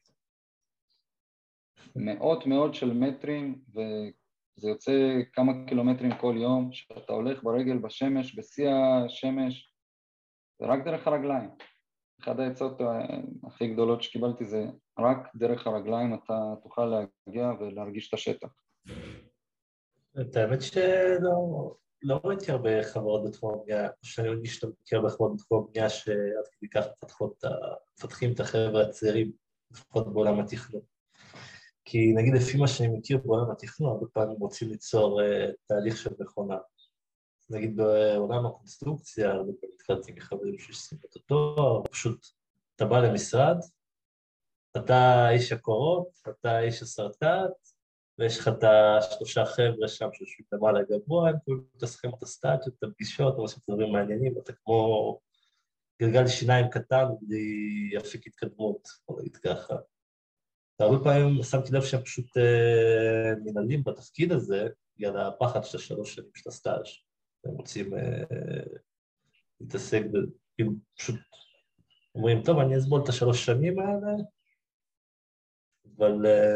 מאות של מטרים, וזה יוצא כמה קילומטרים כל יום, שאתה הולך ברגל בשמש, בשיא השמש, זה רק דרך הרגליים. אחד העצות הכי גדולות שקיבלתי זה רק דרך הרגליים אתה תוכל להגיע ולהרגיש את השטח. את האמת שלא ראיתי הרבה חברות בתחום הבנייה, שאני מרגיש שאתה מכיר הרבה חברות בתחום הבנייה שעד כדי כך מפתחים את החבר'ה הצעירים, לפחות בעולם התכנון. כי נגיד לפי מה שאני מכיר בעולם התכנון, הרבה פעמים רוצים ליצור תהליך של מכונה. נגיד בעולם הקונסטרוקציה, הרבה פעמים התחלתי מחברים שעושים את התואר, פשוט אתה בא למשרד, אתה איש הקורות, אתה איש הסרטט, ויש לך את 3 חבר'ה שם שיושבים למעלה גבוה, הם כולם מתעסקים את הסטאצ'ות, את הפגישות, הם עושים את הדברים מעניינים, אתה כמו גלגל שיניים קטן בלי אפיק התקדמות, בוא נגיד ככה. והרבה פעמים שמתי לב שהם פשוט מנהלים בתפקיד הזה, בגלל הפחד של 3 שנים של הסטאז'. הם רוצים להתעסק, כאילו פשוט אומרים, טוב, אני אסבול את 3 שנים האלה, אבל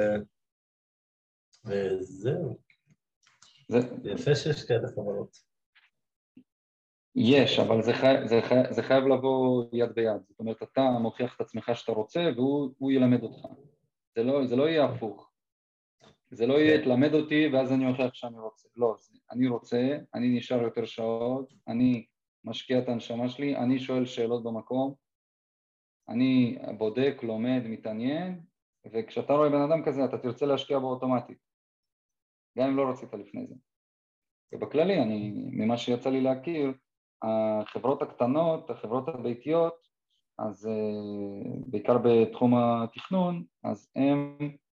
וזהו. זה יפה שיש כאלה חברות. יש, אבל זה חייב לבוא יד ביד. זאת אומרת, אתה מוכיח את עצמך שאתה רוצה, והוא ילמד אותך. זה לא יהיה הפוך. זה לא יהיה תלמד אותי ואז אני הוכיח שאני רוצה. לא, אני רוצה, אני נשאר יותר שעות, אני משקיע את הנשמה שלי, אני שואל שאלות במקום, אני בודק, לומד, מתעניין, וכשאתה רואה בן אדם כזה אתה תרצה להשקיע בו אוטומטית, גם אם לא רצית לפני זה. ובכללי, ממה שיצא לי להכיר, החברות הקטנות, החברות הביתיות, אז בעיקר בתחום התכנון, אז הם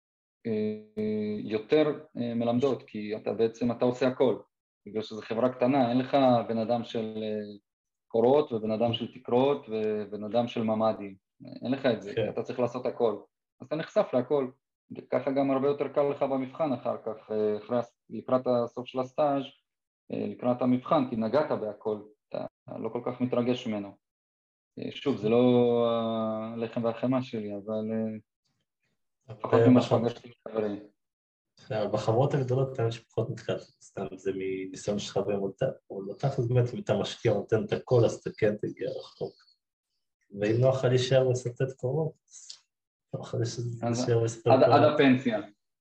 יותר מלמדות, כי אתה עושה הכל, בגלל שזו חברה קטנה, אין לך בן אדם של קורות ובן אדם של תקרות ובן אדם של ממ"דים, אין לך את זה, אתה צריך לעשות הכל, אז אתה נחשף להכל, וככה גם הרבה יותר קל לך במבחן אחר כך, לקראת הסוף של הסטאז', לקראת המבחן, כי נגעת בהכל, אתה לא כל כך מתרגש ממנו. שוב, זה לא הלחם והחמאה שלי, אבל לפחות ממה שפגשתי חברים. בחברות הגדולות יש פחות מתחת, סתם זה מניסיון שלך במותג, אבל בתכלס באמת אם אתה משקיע ונותן את הכל, אז אתה כן תגיע רחוק. ואם נוח לך להישאר ולסרטט קורות, נוח לך להישאר ולסרטט קורות. עד הפנסיה.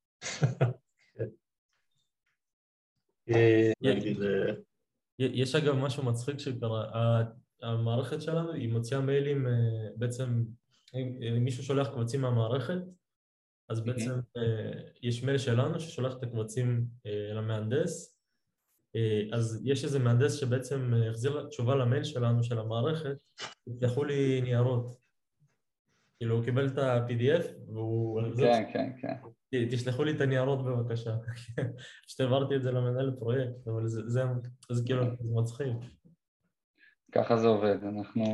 יש אגב משהו מצחיק שקרה, המערכת שלנו היא מוציאה מיילים, בעצם אם מישהו שולח קבצים מהמערכת, אז בעצם יש מייל שלנו ששולח את הקבצים למהנדס, אז יש איזה מהנדס שבעצם החזיר תשובה למייל שלנו של המערכת, תשלחו לי ניירות. כאילו הוא קיבל את ה-PDF והוא... כן. תשלחו לי את הניירות בבקשה. פשוט העברתי את זה למנהל פרויקט, אבל זה כאילו זה מצחיק. ככה זה עובד. אנחנו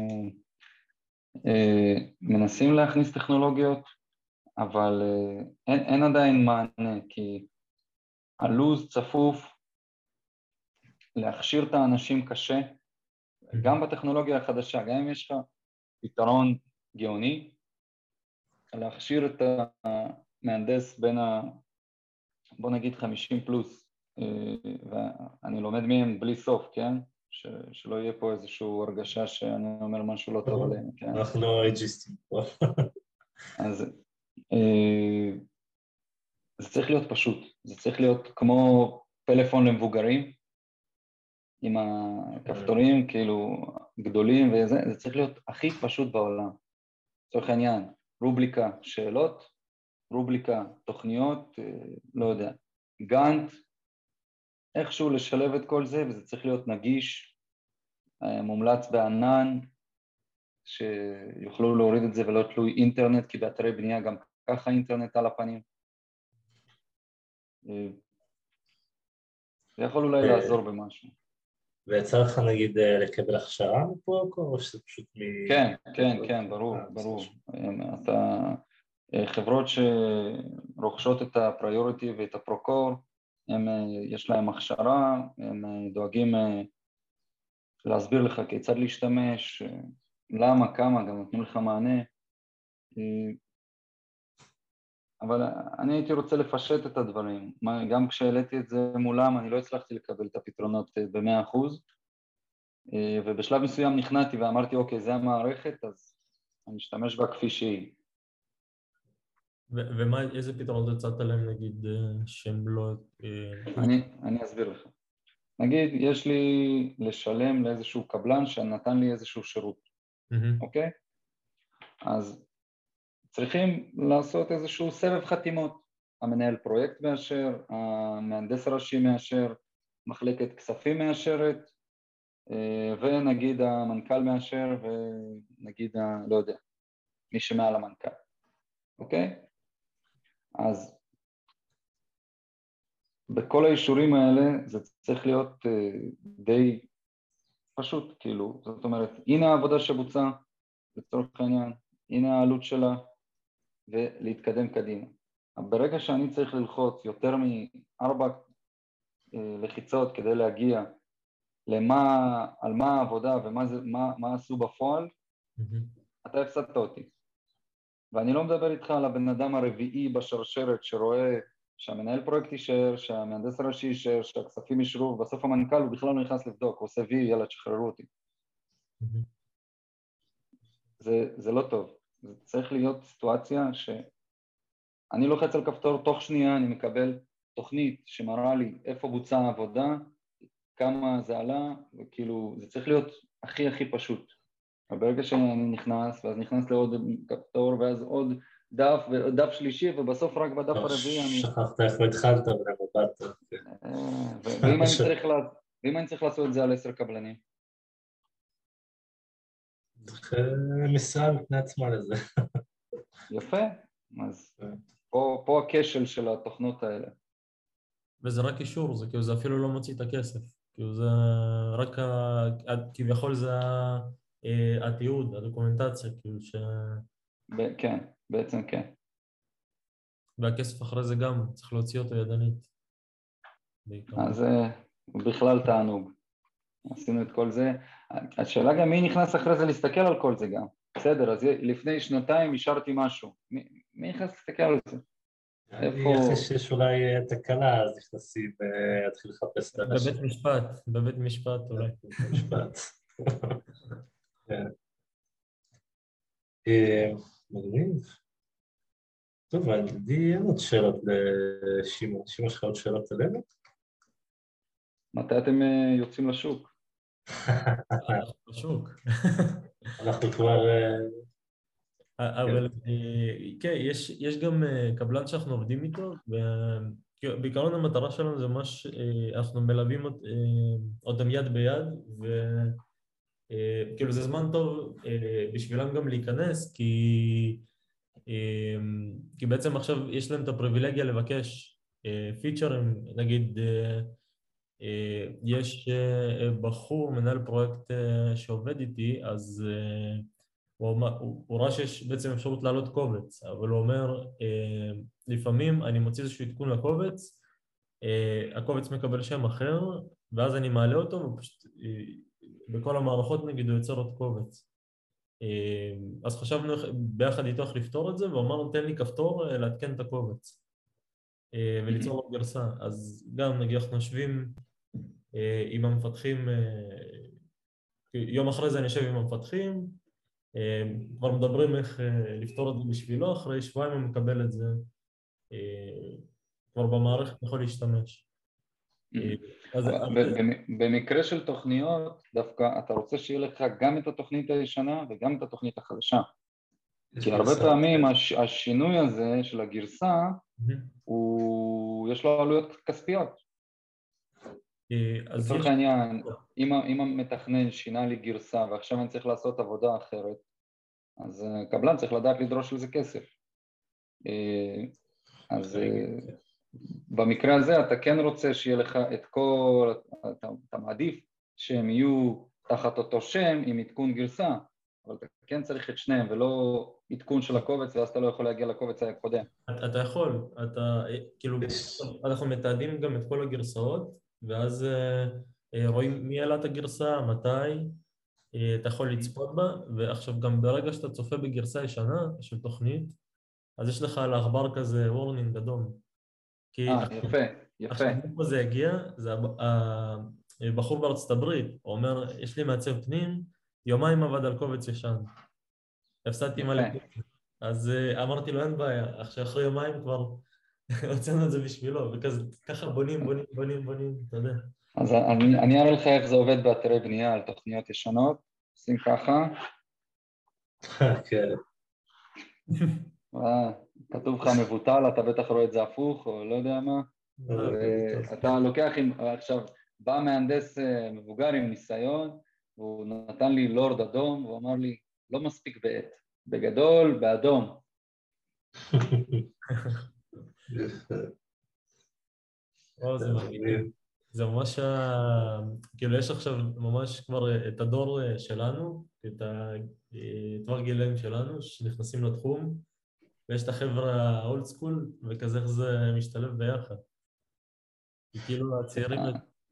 מנסים להכניס טכנולוגיות, אבל אין עדיין מענה, כי הלוז צפוף, להכשיר את האנשים קשה, גם בטכנולוגיה החדשה, גם אם יש לך פתרון גאוני, להכשיר את המהנדס בין בוא נגיד 50 פלוס, ואני לומד מהם בלי סוף, כן? שלא יהיה פה איזושהי הרגשה שאני אומר משהו לא טוב עליהם, כן? אנחנו לא אייג'יסטים פה. אז זה צריך להיות פשוט, זה צריך להיות כמו פלאפון למבוגרים, עם הכפתורים כאילו גדולים וזה, זה צריך להיות הכי פשוט בעולם. לצורך העניין, רובריקה שאלות, רובריקה תוכניות, לא יודע, גאנט, איכשהו לשלב את כל זה, וזה צריך להיות נגיש, מומלץ בענן, שיוכלו להוריד את זה ולא תלוי אינטרנט, כי באתרי בנייה גם ככה אינטרנט על הפנים. זה יכול אולי לעזור במשהו. ויצא לך נגיד לקבל הכשרה מפה, או שזה פשוט כן, כן, כן, ברור, ברור. אתה, חברות שרוכשות את הפריוריטי ואת הפרוקור, יש להם הכשרה, הם דואגים להסביר לך כיצד להשתמש, למה, כמה, גם נותנים לך מענה. אבל אני הייתי רוצה לפשט את הדברים. גם כשהעליתי את זה מולם, אני לא הצלחתי לקבל את הפתרונות ב-100%, ובשלב מסוים נכנעתי ואמרתי, אוקיי, זה המערכת, אז אני אשתמש בה כפי שהיא. ואיזה פתרונות הצעת להם, נגיד, שהם לא... אני אסביר לך. נגיד, יש לי לשלם לאיזשהו קבלן שנתן לי איזשהו שירות, אוקיי? אז צריכים לעשות איזשהו סבב חתימות. המנהל פרויקט מאשר, המהנדס הראשי מאשר, מחלקת כספים מאשרת, ונגיד המנכ"ל מאשר, ונגיד, לא יודע, מי שמעל המנכ"ל, אוקיי? אז בכל האישורים האלה זה צריך להיות די פשוט, כאילו, זאת אומרת, הנה העבודה שבוצעה, לצורך העניין, הנה העלות שלה, ולהתקדם קדימה. ברגע שאני צריך ללחוץ יותר מ4 לחיצות כדי להגיע על מה העבודה ומה עשו בפועל, אתה הפסדת אותי. ואני לא מדבר איתך על הבן אדם הרביעי בשרשרת שרואה שהמנהל פרויקט יישאר, שהמהנדס הראשי יישאר, שהכספים ישרו, ובסוף המנכ"ל הוא בכלל לא נכנס לבדוק, הוא עושה וי, יאללה, תשחררו אותי. זה לא טוב. זה צריך להיות סיטואציה שאני לוחץ על כפתור, תוך שנייה אני מקבל תוכנית שמראה לי איפה בוצעה העבודה, כמה זה עלה, וכאילו זה צריך להיות הכי הכי פשוט. אבל ברגע שאני נכנס, ואז נכנס לעוד כפתור, ואז עוד דף שלישי, ובסוף רק בדף הרביעי אני... שכחת איפה התחלת ולמבט. ואם אני צריך לעשות את זה על 10 קבלנים? צריך משרה בפני עצמה לזה. יפה, אז פה הכשל של התוכנות האלה. וזה רק אישור, זה כאילו זה אפילו לא מוציא את הכסף, כאילו זה רק, כביכול זה התיעוד, הדוקומנטציה, כאילו ש... כן, בעצם כן. והכסף אחרי זה גם, צריך להוציא אותו ידנית. אז בכלל תענוג. עשינו את כל זה. השאלה גם מי נכנס אחרי זה להסתכל על כל זה גם. בסדר, אז לפני שנתיים השארתי משהו. מי נכנס להסתכל על זה? אחרי שיש אולי תקלה, אז נכנסים להתחיל לחפש את האנשים. בבית משפט אולי. בבית משפט. מגניב. טוב, לי אין עוד שאלות לשימון. שימון, יש לך עוד שאלות עלינו? מתי אתם יוצאים לשוק? לשוק. אנחנו כבר... אבל כן, יש גם קבלן שאנחנו עובדים איתו, ובעיקרון המטרה שלנו זה ממש, אנחנו מלווים אותם יד ביד, וכאילו זה זמן טוב בשבילם גם להיכנס, כי כי בעצם עכשיו יש להם את הפריבילגיה לבקש פיצ'רים, נגיד יש בחור, מנהל פרויקט שעובד איתי, אז הוא ראה שיש בעצם אפשרות להעלות קובץ, אבל הוא אומר, לפעמים אני מוציא איזשהו עדכון לקובץ, הקובץ מקבל שם אחר, ואז אני מעלה אותו, ופשוט בכל המערכות נגיד הוא יוצר עוד קובץ. אז חשבנו ביחד איתו איך לפתור את זה, ואמרנו תן לי כפתור לעדכן את הקובץ וליצור לו גרסה. אז גם נגיד אנחנו יושבים עם המפתחים, יום אחרי זה אני יושב עם המפתחים, כבר מדברים איך לפתור את זה בשבילו, אחרי שבועיים הוא מקבל את זה, כבר במערכת יכול להשתמש. במקרה של תוכניות, דווקא אתה רוצה שיהיה לך גם את התוכנית הישנה וגם את התוכנית החדשה. כי הרבה פעמים השינוי הזה של הגרסה, יש לו עלויות כספיות. לצורך העניין, אם המתכנן שינה לי גרסה ועכשיו אני צריך לעשות עבודה אחרת, אז קבלן צריך לדעת לדרוש לזה כסף. אז במקרה הזה אתה כן רוצה שיהיה לך את כל, אתה מעדיף שהם יהיו תחת אותו שם עם עדכון גרסה, אבל אתה כן צריך את שניהם ולא עדכון של הקובץ ואז אתה לא יכול להגיע לקובץ הקודם. אתה יכול, כאילו, אנחנו מתעדים גם את כל הגרסאות, ואז רואים מי העלה את הגרסה, מתי, אתה יכול לצפות בה, ועכשיו גם ברגע שאתה צופה בגרסה ישנה של תוכנית, אז יש לך על העכבר כזה וורנינג אדום. יפה, יפה. עכשיו איפה זה הגיע, זה הבחור בארצות הברית, הוא אומר, יש לי מעצב פנים, יומיים עבד על קובץ ישן. הפסדתי מלא. אז אמרתי לו אין בעיה, אחרי יומיים כבר הוצאנו את זה בשבילו, וככה בונים, אתה יודע. אז אני אראה לך איך זה עובד באתרי בנייה על תוכניות ישנות, עושים ככה. כן. כתוב לך מבוטל, אתה בטח רואה את זה הפוך, או לא יודע מה. אתה לוקח, עכשיו בא מהנדס מבוגר עם ניסיון, והוא נתן לי לורד אדום, והוא אמר לי, לא מספיק בעט, בגדול, באדום. זה מגניב. זה ממש, כאילו יש עכשיו ממש כבר את הדור שלנו, את התואר גילאים שלנו שנכנסים לתחום, ויש את החבר'ה האולד סקול, וכזה איך זה משתלב ביחד. כאילו הצעירים...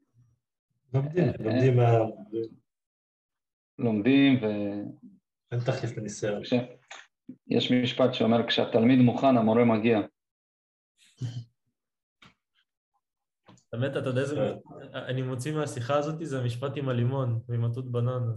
לומדים ו... אין תחליף לניסיון. יש משפט שאומר, כשהתלמיד מוכן, המורה מגיע. באמת, אתה יודע איזה משפט, אני מוציא מהשיחה הזאת, זה המשפט עם הלימון, ועם התות בננה.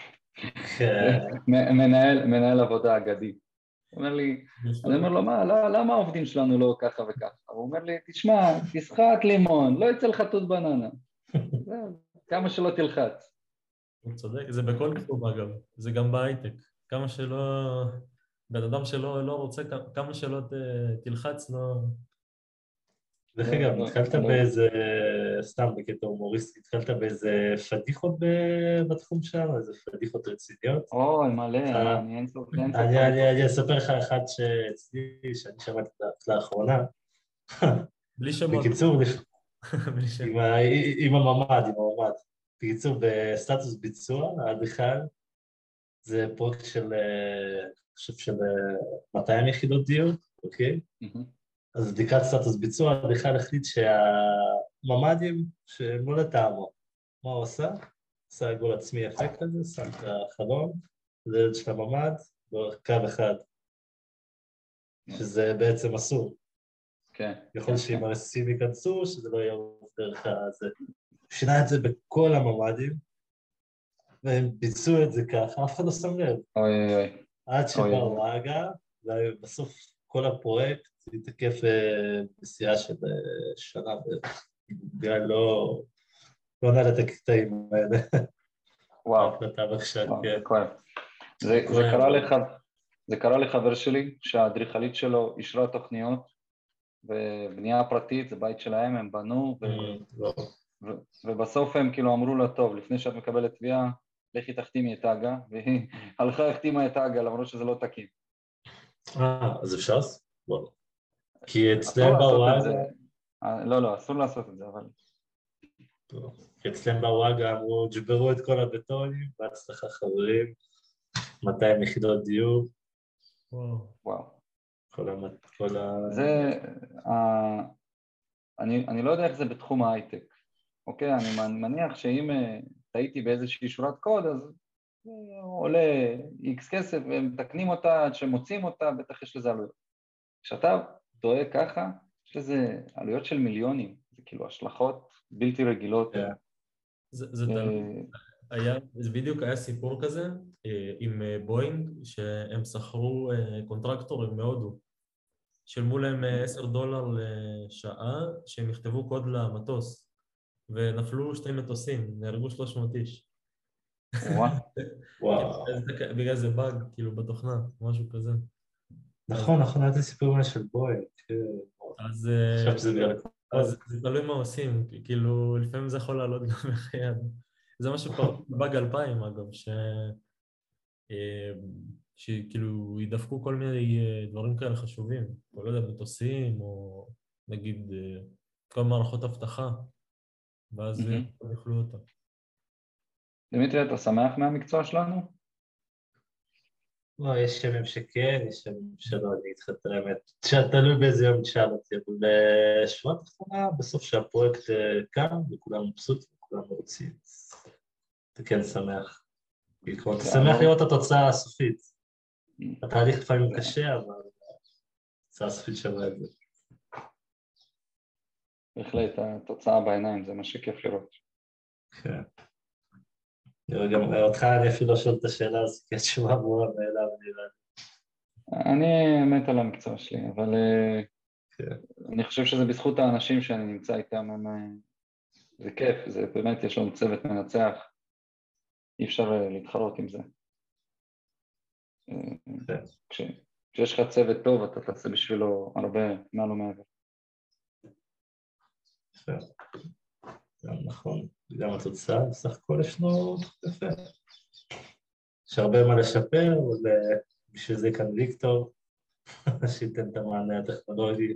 מנהל עבודה אגדי. הוא אומר לי, אני אומר לו, למה העובדים שלנו לא ככה וככה? הוא אומר לי, תשמע, תשחק לימון, לא יצא לך תות בננה. כמה שלא תלחץ. הוא צודק, זה בכל תחום אגב, זה גם בהייטק. כמה שלא, בן אדם שלא לא רוצה, כמה שלא תלחץ, לא... דרך אגב, התחלת באיזה, סתם בקטע הומוריסטי, התחלת באיזה פדיחות בתחום שלנו, איזה פדיחות רציניות? אוי, מלא, אני אני אספר לך אחד שאצלי, שאני שמעתי לאחרונה. בלי שמות. בקיצור, עם הממ"ד. בקיצור, בסטטוס ביצוע, עד אחד, זה פרויקט של, אני חושב של 200 יחידות דיור, אוקיי? אז בדיקת סטטוס ביצוע, בכלל החליט שהממ"דים שהם לא לטעמו. מה הוא עשה? עשה עיגול עצמי יפה כזה, שם את החלון, דלת של הממ"ד, קו אחד, שזה בעצם אסור. כן. יכול שאם הרסיסים ייכנסו, שזה לא יהיה דרך הזה. שינה את זה בכל הממ"דים, והם ביצעו את זה ככה, אף אחד לא שם לב. עד שבאו רגע, ובסוף כל הפרויקט התקף בנסיעה של שנה, ובגלל לא נעלה את הקטעים האלה. וואו, זה קרה לחבר שלי, שהאדריכלית שלו אישרה תוכניות, ובנייה פרטית, זה בית שלהם, הם בנו, ובסוף הם כאילו אמרו לה, טוב, לפני שאת מקבלת תביעה, לכי תחתימי את אגה, והיא הלכה החתימה את אגה, למרות שזה לא תקין. אז אפשר? וואו. כי אסור אצלם לעשות את זה, בוואגה, לא, אסור לעשות את זה, אבל... כי אצלם בוואגה אמרו, ג'ברו את כל הבטונים, בהצלחה חברים, 200 יחידות דיור, וואו. כל ה... זה, אני לא יודע איך זה בתחום ההייטק, אוקיי? אני מניח שאם טעיתי באיזושהי שורת קוד, אז עולה X כסף ומתקנים אותה עד שמוצאים אותה, בטח יש לזה עלויות. כשאתה טועה ככה, יש לזה עלויות של מיליונים, זה כאילו השלכות בלתי רגילות. זה בדיוק היה סיפור כזה עם בוינג, שהם שכרו קונטרקטורים מהודו, שילמו להם $10 לשעה, שהם יכתבו קוד למטוס, ונפלו 2 מטוסים, נהרגו 300 איש. וואו. בגלל זה באג, כאילו בתוכנה, משהו כזה. נכון, היה את הסיפור הזה של בוינג. אז זה תלוי מה עושים, כאילו לפעמים זה יכול לעלות גם בחיי אדם. זה מה שפרצו בבאג 2000 אגב, שכאילו ידפקו כל מיני דברים כאלה חשובים, או לא יודע, מטוסים, או נגיד כל מערכות אבטחה, ואז יאכלו אותה. דמיטרי, אתה שמח מהמקצוע שלנו? לא, יש ימים שכן, יש ימים שלא, אני אגיד לך את האמת. תלוי באיזה יום תשאל אותי, אבל בשורה התחתונה, בסוף שהפרויקט קם, וכולם מבסוטים, וכולם רוצים, אתה כן שמח. אתה שמח לראות את התוצאה הסופית. התהליך לפעמים קשה, אבל התוצאה הסופית שווה את זה. בהחלט, התוצאה בעיניים, זה מה שכיף לראות. כן. גם אותך אני אפילו לא שואל את השאלה הזאת, כי התשובה ברורה מאליו נראה לי. אני מת על המקצוע שלי, אבל אני חושב שזה בזכות האנשים שאני נמצא איתם, זה כיף, זה באמת, יש לנו צוות מנצח, אי אפשר להתחרות עם זה. כשיש לך צוות טוב, אתה תעשה בשבילו הרבה מעל ומעבר. גם נכון, גם התוצאה, בסך הכל יש לו יפה. יש הרבה מה לשפר, ובשביל זה כאן ויקטור, שייתן את המענה הטכנולוגי,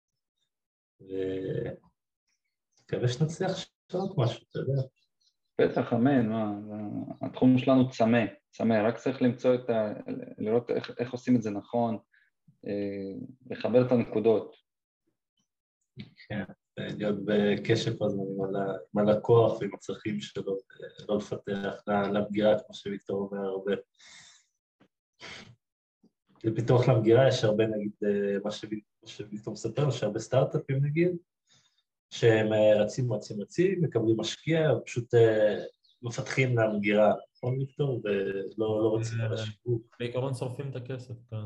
ומקווה שנצליח לשנות משהו, אתה יודע. בטח, אמן, התחום שלנו צמא, רק צריך למצוא לראות איך עושים את זה נכון, לחבר את הנקודות. כן. להיות בקשר כל הזמן עם הלקוח ועם הצרכים שלו, לא לפתח למגירה, כמו שוויקטור אומר הרבה. לפיתוח למגירה יש הרבה, נגיד, מה שוויקטור מספר, יש הרבה סטארט-אפים, נגיד, שהם רצים, מקבלים משקיע, ופשוט מפתחים למגירה, נכון ויקטור, ולא רוצים על השיווק. בעיקרון שורפים את הכסף כאן,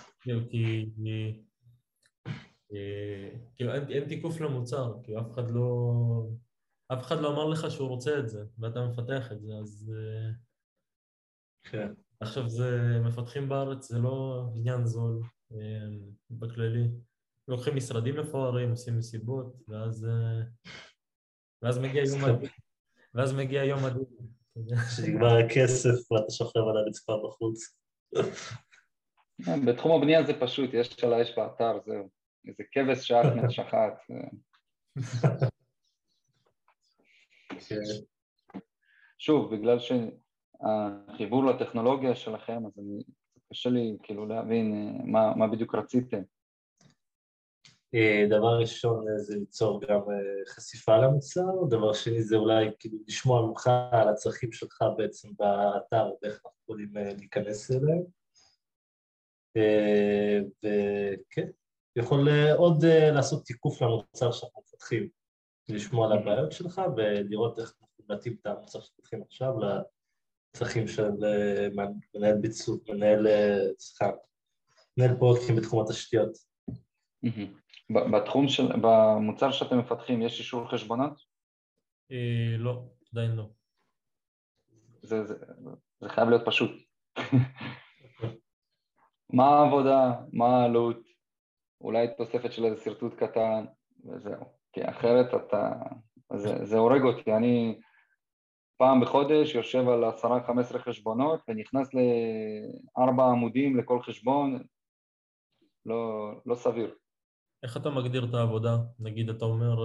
כאילו אין תיקוף למוצר, כי אף אחד לא אמר לך שהוא רוצה את זה, ואתה מפתח את זה, אז כן. עכשיו מפתחים בארץ, זה לא עניין זול בכללי. לוקחים משרדים מפוארים, עושים מסיבות, ואז מגיע יום הדין. שנגמר הכסף ואתה שוכב על הרצפה בחוץ. בתחום הבנייה זה פשוט, יש על האש באתר, זהו. איזה כבש שאחמד שחט. שוב, בגלל שהחיבור לטכנולוגיה שלכם, אז קשה לי כאילו להבין מה בדיוק רציתם. דבר ראשון זה ליצור גם חשיפה למוצר, דבר שני זה אולי כאילו לשמוע ממך על הצרכים שלך בעצם באתר, ואיך אנחנו יכולים להיכנס אליהם. וכן, יכול עוד לעשות תיקוף למוצר שאנחנו מפתחים, לשמוע על הבעיות שלך ולראות איך אנחנו נתאים את המוצר שאנחנו מפתחים עכשיו לצרכים של מנהל ביצוע, מנהל פרויקטים בתחום התשתיות. במוצר שאתם מפתחים יש אישור חשבונות? לא, עדיין לא. זה חייב להיות פשוט. מה העבודה, מה העלות, אולי תוספת של איזה סרטוט קטן, וזהו. כי אחרת זה הורג אותי. אני פעם בחודש יושב על 10-15 חשבונות, ונכנס ל4 עמודים לכל חשבון, לא סביר. איך אתה מגדיר את העבודה? נגיד, אתה אומר,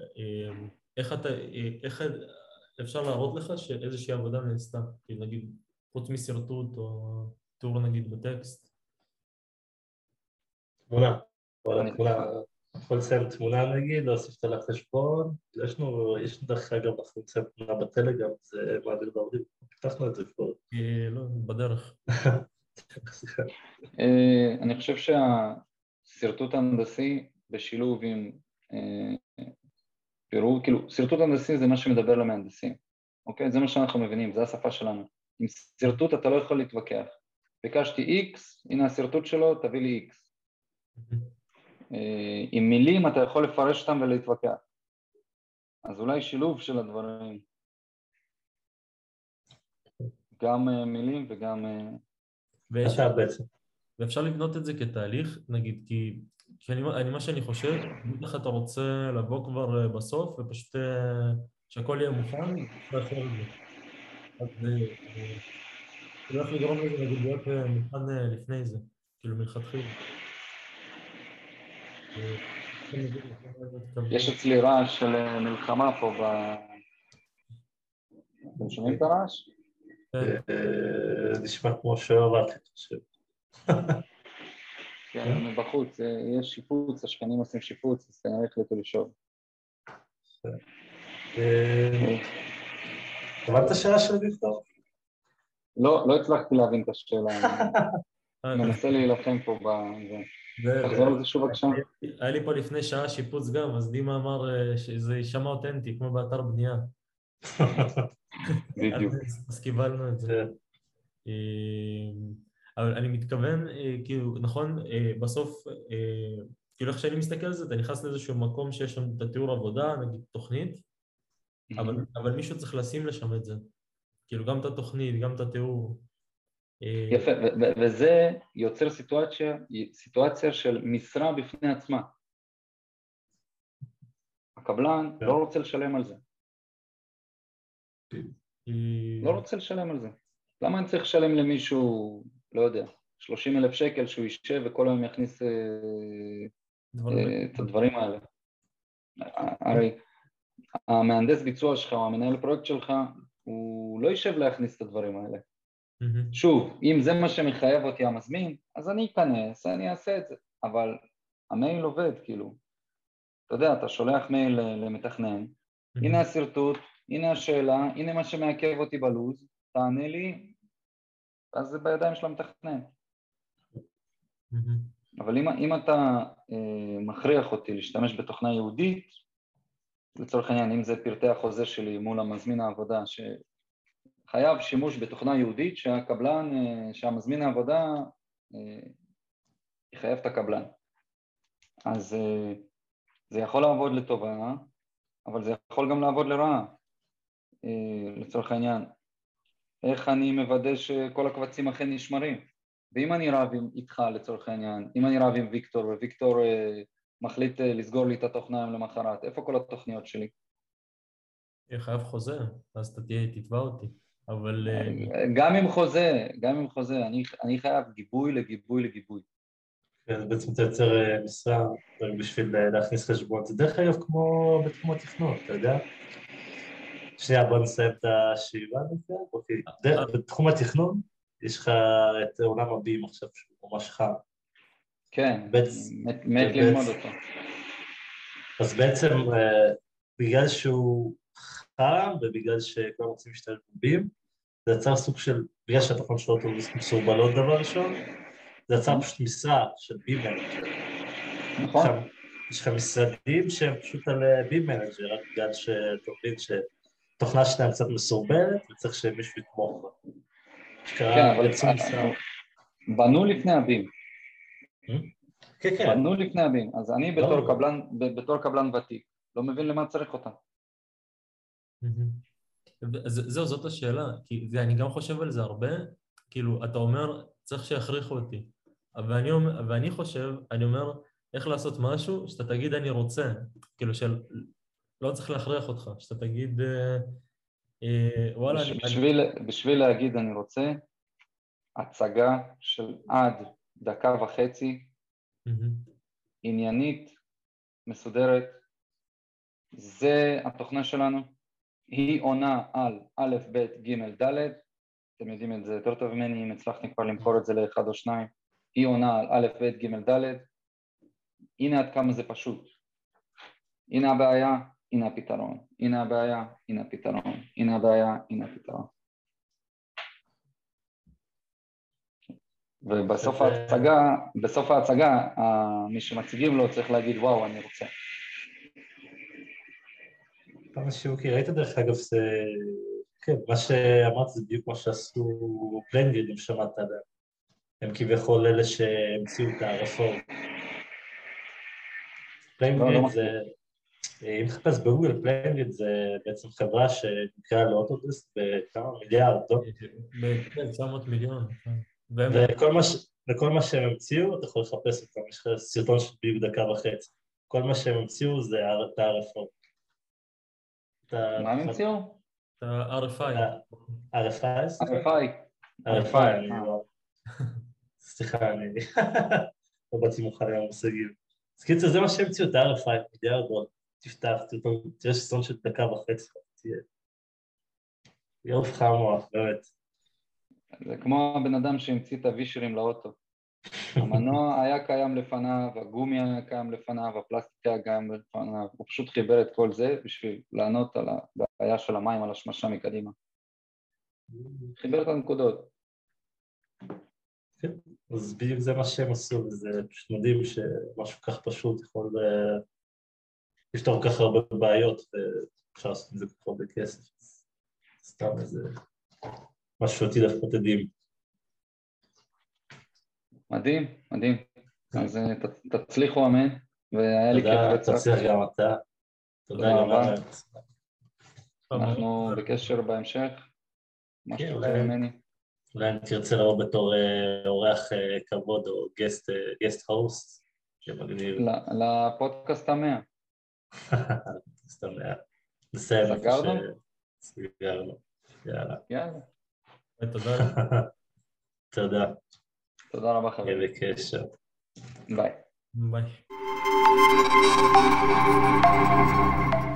איך אפשר להראות לך שאיזושהי עבודה נעשתה? כי נגיד, חוץ מסרטוט או טור נגיד בטקסט. תמונה. כל אני- התמונה, יכול לציין תמונה נגיד, להוסיף אותה לחשבון. יש דרך אגב, אנחנו נציין תמונה בטלגרם, זה מעביר בעובדים. פתחנו את זה כבר. לא, בדרך. סליחה. אני חושב שהסרטוט הנדסי בשילוב עם פירוק, כאילו סרטוט הנדסי זה מה שמדבר למהנדסים, אוקיי? זה מה שאנחנו מבינים, זה השפה שלנו. עם סרטוט אתה לא יכול להתווכח. ביקשתי X, הנה הסרטוט שלו, תביא לי X. עם מילים אתה יכול לפרש אותם ולהתווכח. אז אולי שילוב של הדברים. גם מילים וגם... אתה בעצם. ואפשר לבנות את זה כתהליך, נגיד, כי מה שאני חושב, איך אתה רוצה לבוא כבר בסוף, ופשוט שהכל יהיה מוכן, לאשר את זה. אז זה הולך לגרום לזה, נגיד, להיות מוכן לפני זה, כאילו מלכתחילה. יש אצלי רעש של מלחמה פה אתם שומעים את הרעש? נשמע כמו שאוהבת, אני חושב. כן, מבחוץ, יש שיפוץ, השכנים עושים שיפוץ, אז כנראה החליטו לשאול. הבנת השאלה של ויקטור? לא הצלחתי להבין את השאלה, אני מנסה להילחם פה תחזור לזה שוב בבקשה. היה לי פה לפני שעה שיפוץ גם, אז דימה אמר שזה יישמע אותנטי, כמו באתר בנייה. בדיוק. אז קיבלנו את זה. אבל אני מתכוון, כאילו, נכון, בסוף, כאילו איך שאני מסתכל על זה, אתה נכנס לאיזשהו מקום שיש שם את התיאור עבודה, נגיד תוכנית, אבל מישהו צריך לשים לשם את זה. כאילו, גם את התוכנית, גם את התיאור. יפה, וזה יוצר סיטואציה של משרה בפני עצמה. הקבלן לא רוצה לשלם על זה. לא רוצה לשלם על זה. למה אני צריך לשלם למישהו, לא יודע, 30,000 שקל שהוא יישב וכל היום יכניס את הדברים האלה? הרי המהנדס ביצוע שלך או המנהל פרויקט שלך, הוא לא יישב להכניס את הדברים האלה. שוב, אם זה מה שמחייב אותי המזמין, אז אני אכנס, אני אעשה את זה. אבל המייל עובד, כאילו. אתה יודע, אתה שולח מייל למתכנן, הנה הסרטוט, הנה השאלה, הנה מה שמעכב אותי בלוז, תענה לי, אז זה בידיים של המתכנן. אבל אם אתה מכריח אותי להשתמש בתוכנה יהודית, לצורך העניין, אם זה פרטי החוזה שלי מול המזמין העבודה, שחייב שימוש בתוכנה יהודית, שהמזמין העבודה יחייב את הקבלן. אז זה יכול לעבוד לטובה, אבל זה יכול גם לעבוד לרעה. לצורך העניין, איך אני מוודא שכל הקבצים אכן נשמרים? ואם אני רב איתך לצורך העניין, אם אני רב עם ויקטור, וויקטור מחליט לסגור לי את התוכנה למחרת, איפה כל התוכניות שלי? חייב חוזה, אז אתה תתבע אותי, אבל... גם עם חוזה, אני חייב גיבוי לגיבוי. כן, בעצם אתה יוצר משרה בשביל להכניס חשבון. זה דרך אגב כמו בתחום התכנון, אתה יודע? שנייה, בוא נסיים את השאלה לזה. אוקיי, בתחום התכנון יש לך את עולם הבים עכשיו, שהוא ממש חם. כן, מת ללמוד אותו. אז בעצם בגלל שהוא חם ובגלל שכולם רוצים להשתמש בבים, זה יצר סוג של, בגלל שהתוכן שלו אותו מסורבלות דבר ראשון, זה יצר פשוט משרה של בים מנג'ר. נכון. יש לך משרדים שהם פשוט על בים מנג'ר, רק בגלל שאתה מבין שתוכנה שלהם קצת מסורבלת וצריך שמישהו יתמוך בה. כן, אבל בנו לפני הבים. כן, כן. בנו לפני הבים, אז אני בתור קבלן ותיק, לא מבין למה צריך אותה. זאת השאלה, כי אני גם חושב על זה הרבה, כאילו, אתה אומר, צריך שיכריחו אותי, ואני חושב, אני אומר, איך לעשות משהו, שאתה תגיד אני רוצה, כאילו לא צריך להכריח אותך, שאתה תגיד, וואלה, בשביל להגיד אני רוצה, הצגה של עד 1.5 דקות עניינית, מסודרת. זה התוכנה שלנו. היא עונה על א', ב', ג', ד'. אתם יודעים את זה יותר טוב ממני, אם הצלחתי כבר למכור את זה לאחד או שניים. היא עונה על א', ב', ג', ד'. הנה עד כמה זה פשוט. הנה הבעיה, הנה הפתרון. הנה הבעיה, הנה הפתרון. הנה הבעיה, הנה הפתרון. ובסוף ההצגה, מי שמציגים לו צריך להגיד, וואו, אני רוצה. פעם שיווקי, ראית דרך אגב, זה... כן, מה שאמרת זה בדיוק מה שעשו פליינגריד, אם שמעת עליהם. הם כביכול אלה שהמציאו את הרפורמה. פליינגריד זה... אם תחפש בגוגל, פליינגריד זה בעצם חברה שנקראה לאוטודיסק בכמה מיליארד דולר. ב-900 מיליון. וכל מה שהם המציאו, אתה יכול לחפש אותם, יש לך סרטון של בדיוק דקה וחצי. כל מה שהם המציאו זה הרפורמה. מה הם המציאו? את ה-RFI. RFI, אני לא... סליחה, אני לא באתי מוכן עם המושגים. אז קיצר, זה מה שהמציאו את ה-RFI, מיליארד דולר. תפתח, תראה סרטון של דקה וחצי, יעוף לך המוח, באמת. זה כמו הבן אדם שהמציא את הווישרים לאוטו. המנוע היה קיים לפניו, הגומי היה קיים לפניו, הפלסטיק היה קיים לפניו, הוא פשוט חיבר את כל זה בשביל לענות על הבעיה של המים, על השמשה מקדימה. חיבר את הנקודות. כן, אז בדיוק זה מה שהם עשו, וזה פשוט מדהים שמשהו כך פשוט יכול לפתור כך הרבה בעיות, ואפשר לעשות את זה כל הרבה כסף. סתם איזה משהו אותי לפחות עדים. מדהים, מדהים. אז תצליחו אמן, והיה לי כיף רצח. תודה, תצליח גם אתה. תודה רבה. אנחנו בקשר בהמשך. משהו אחר ממני. אולי אני תרצה לבוא בתור אורח כבוד או גסט הוסט. לפודקאסט 100. לפודקאסט 100. נסיים. סגרנו? סגרנו. יאללה. תודה. תודה. תודה רבה חברים. יהיה בקשר. ביי. ביי.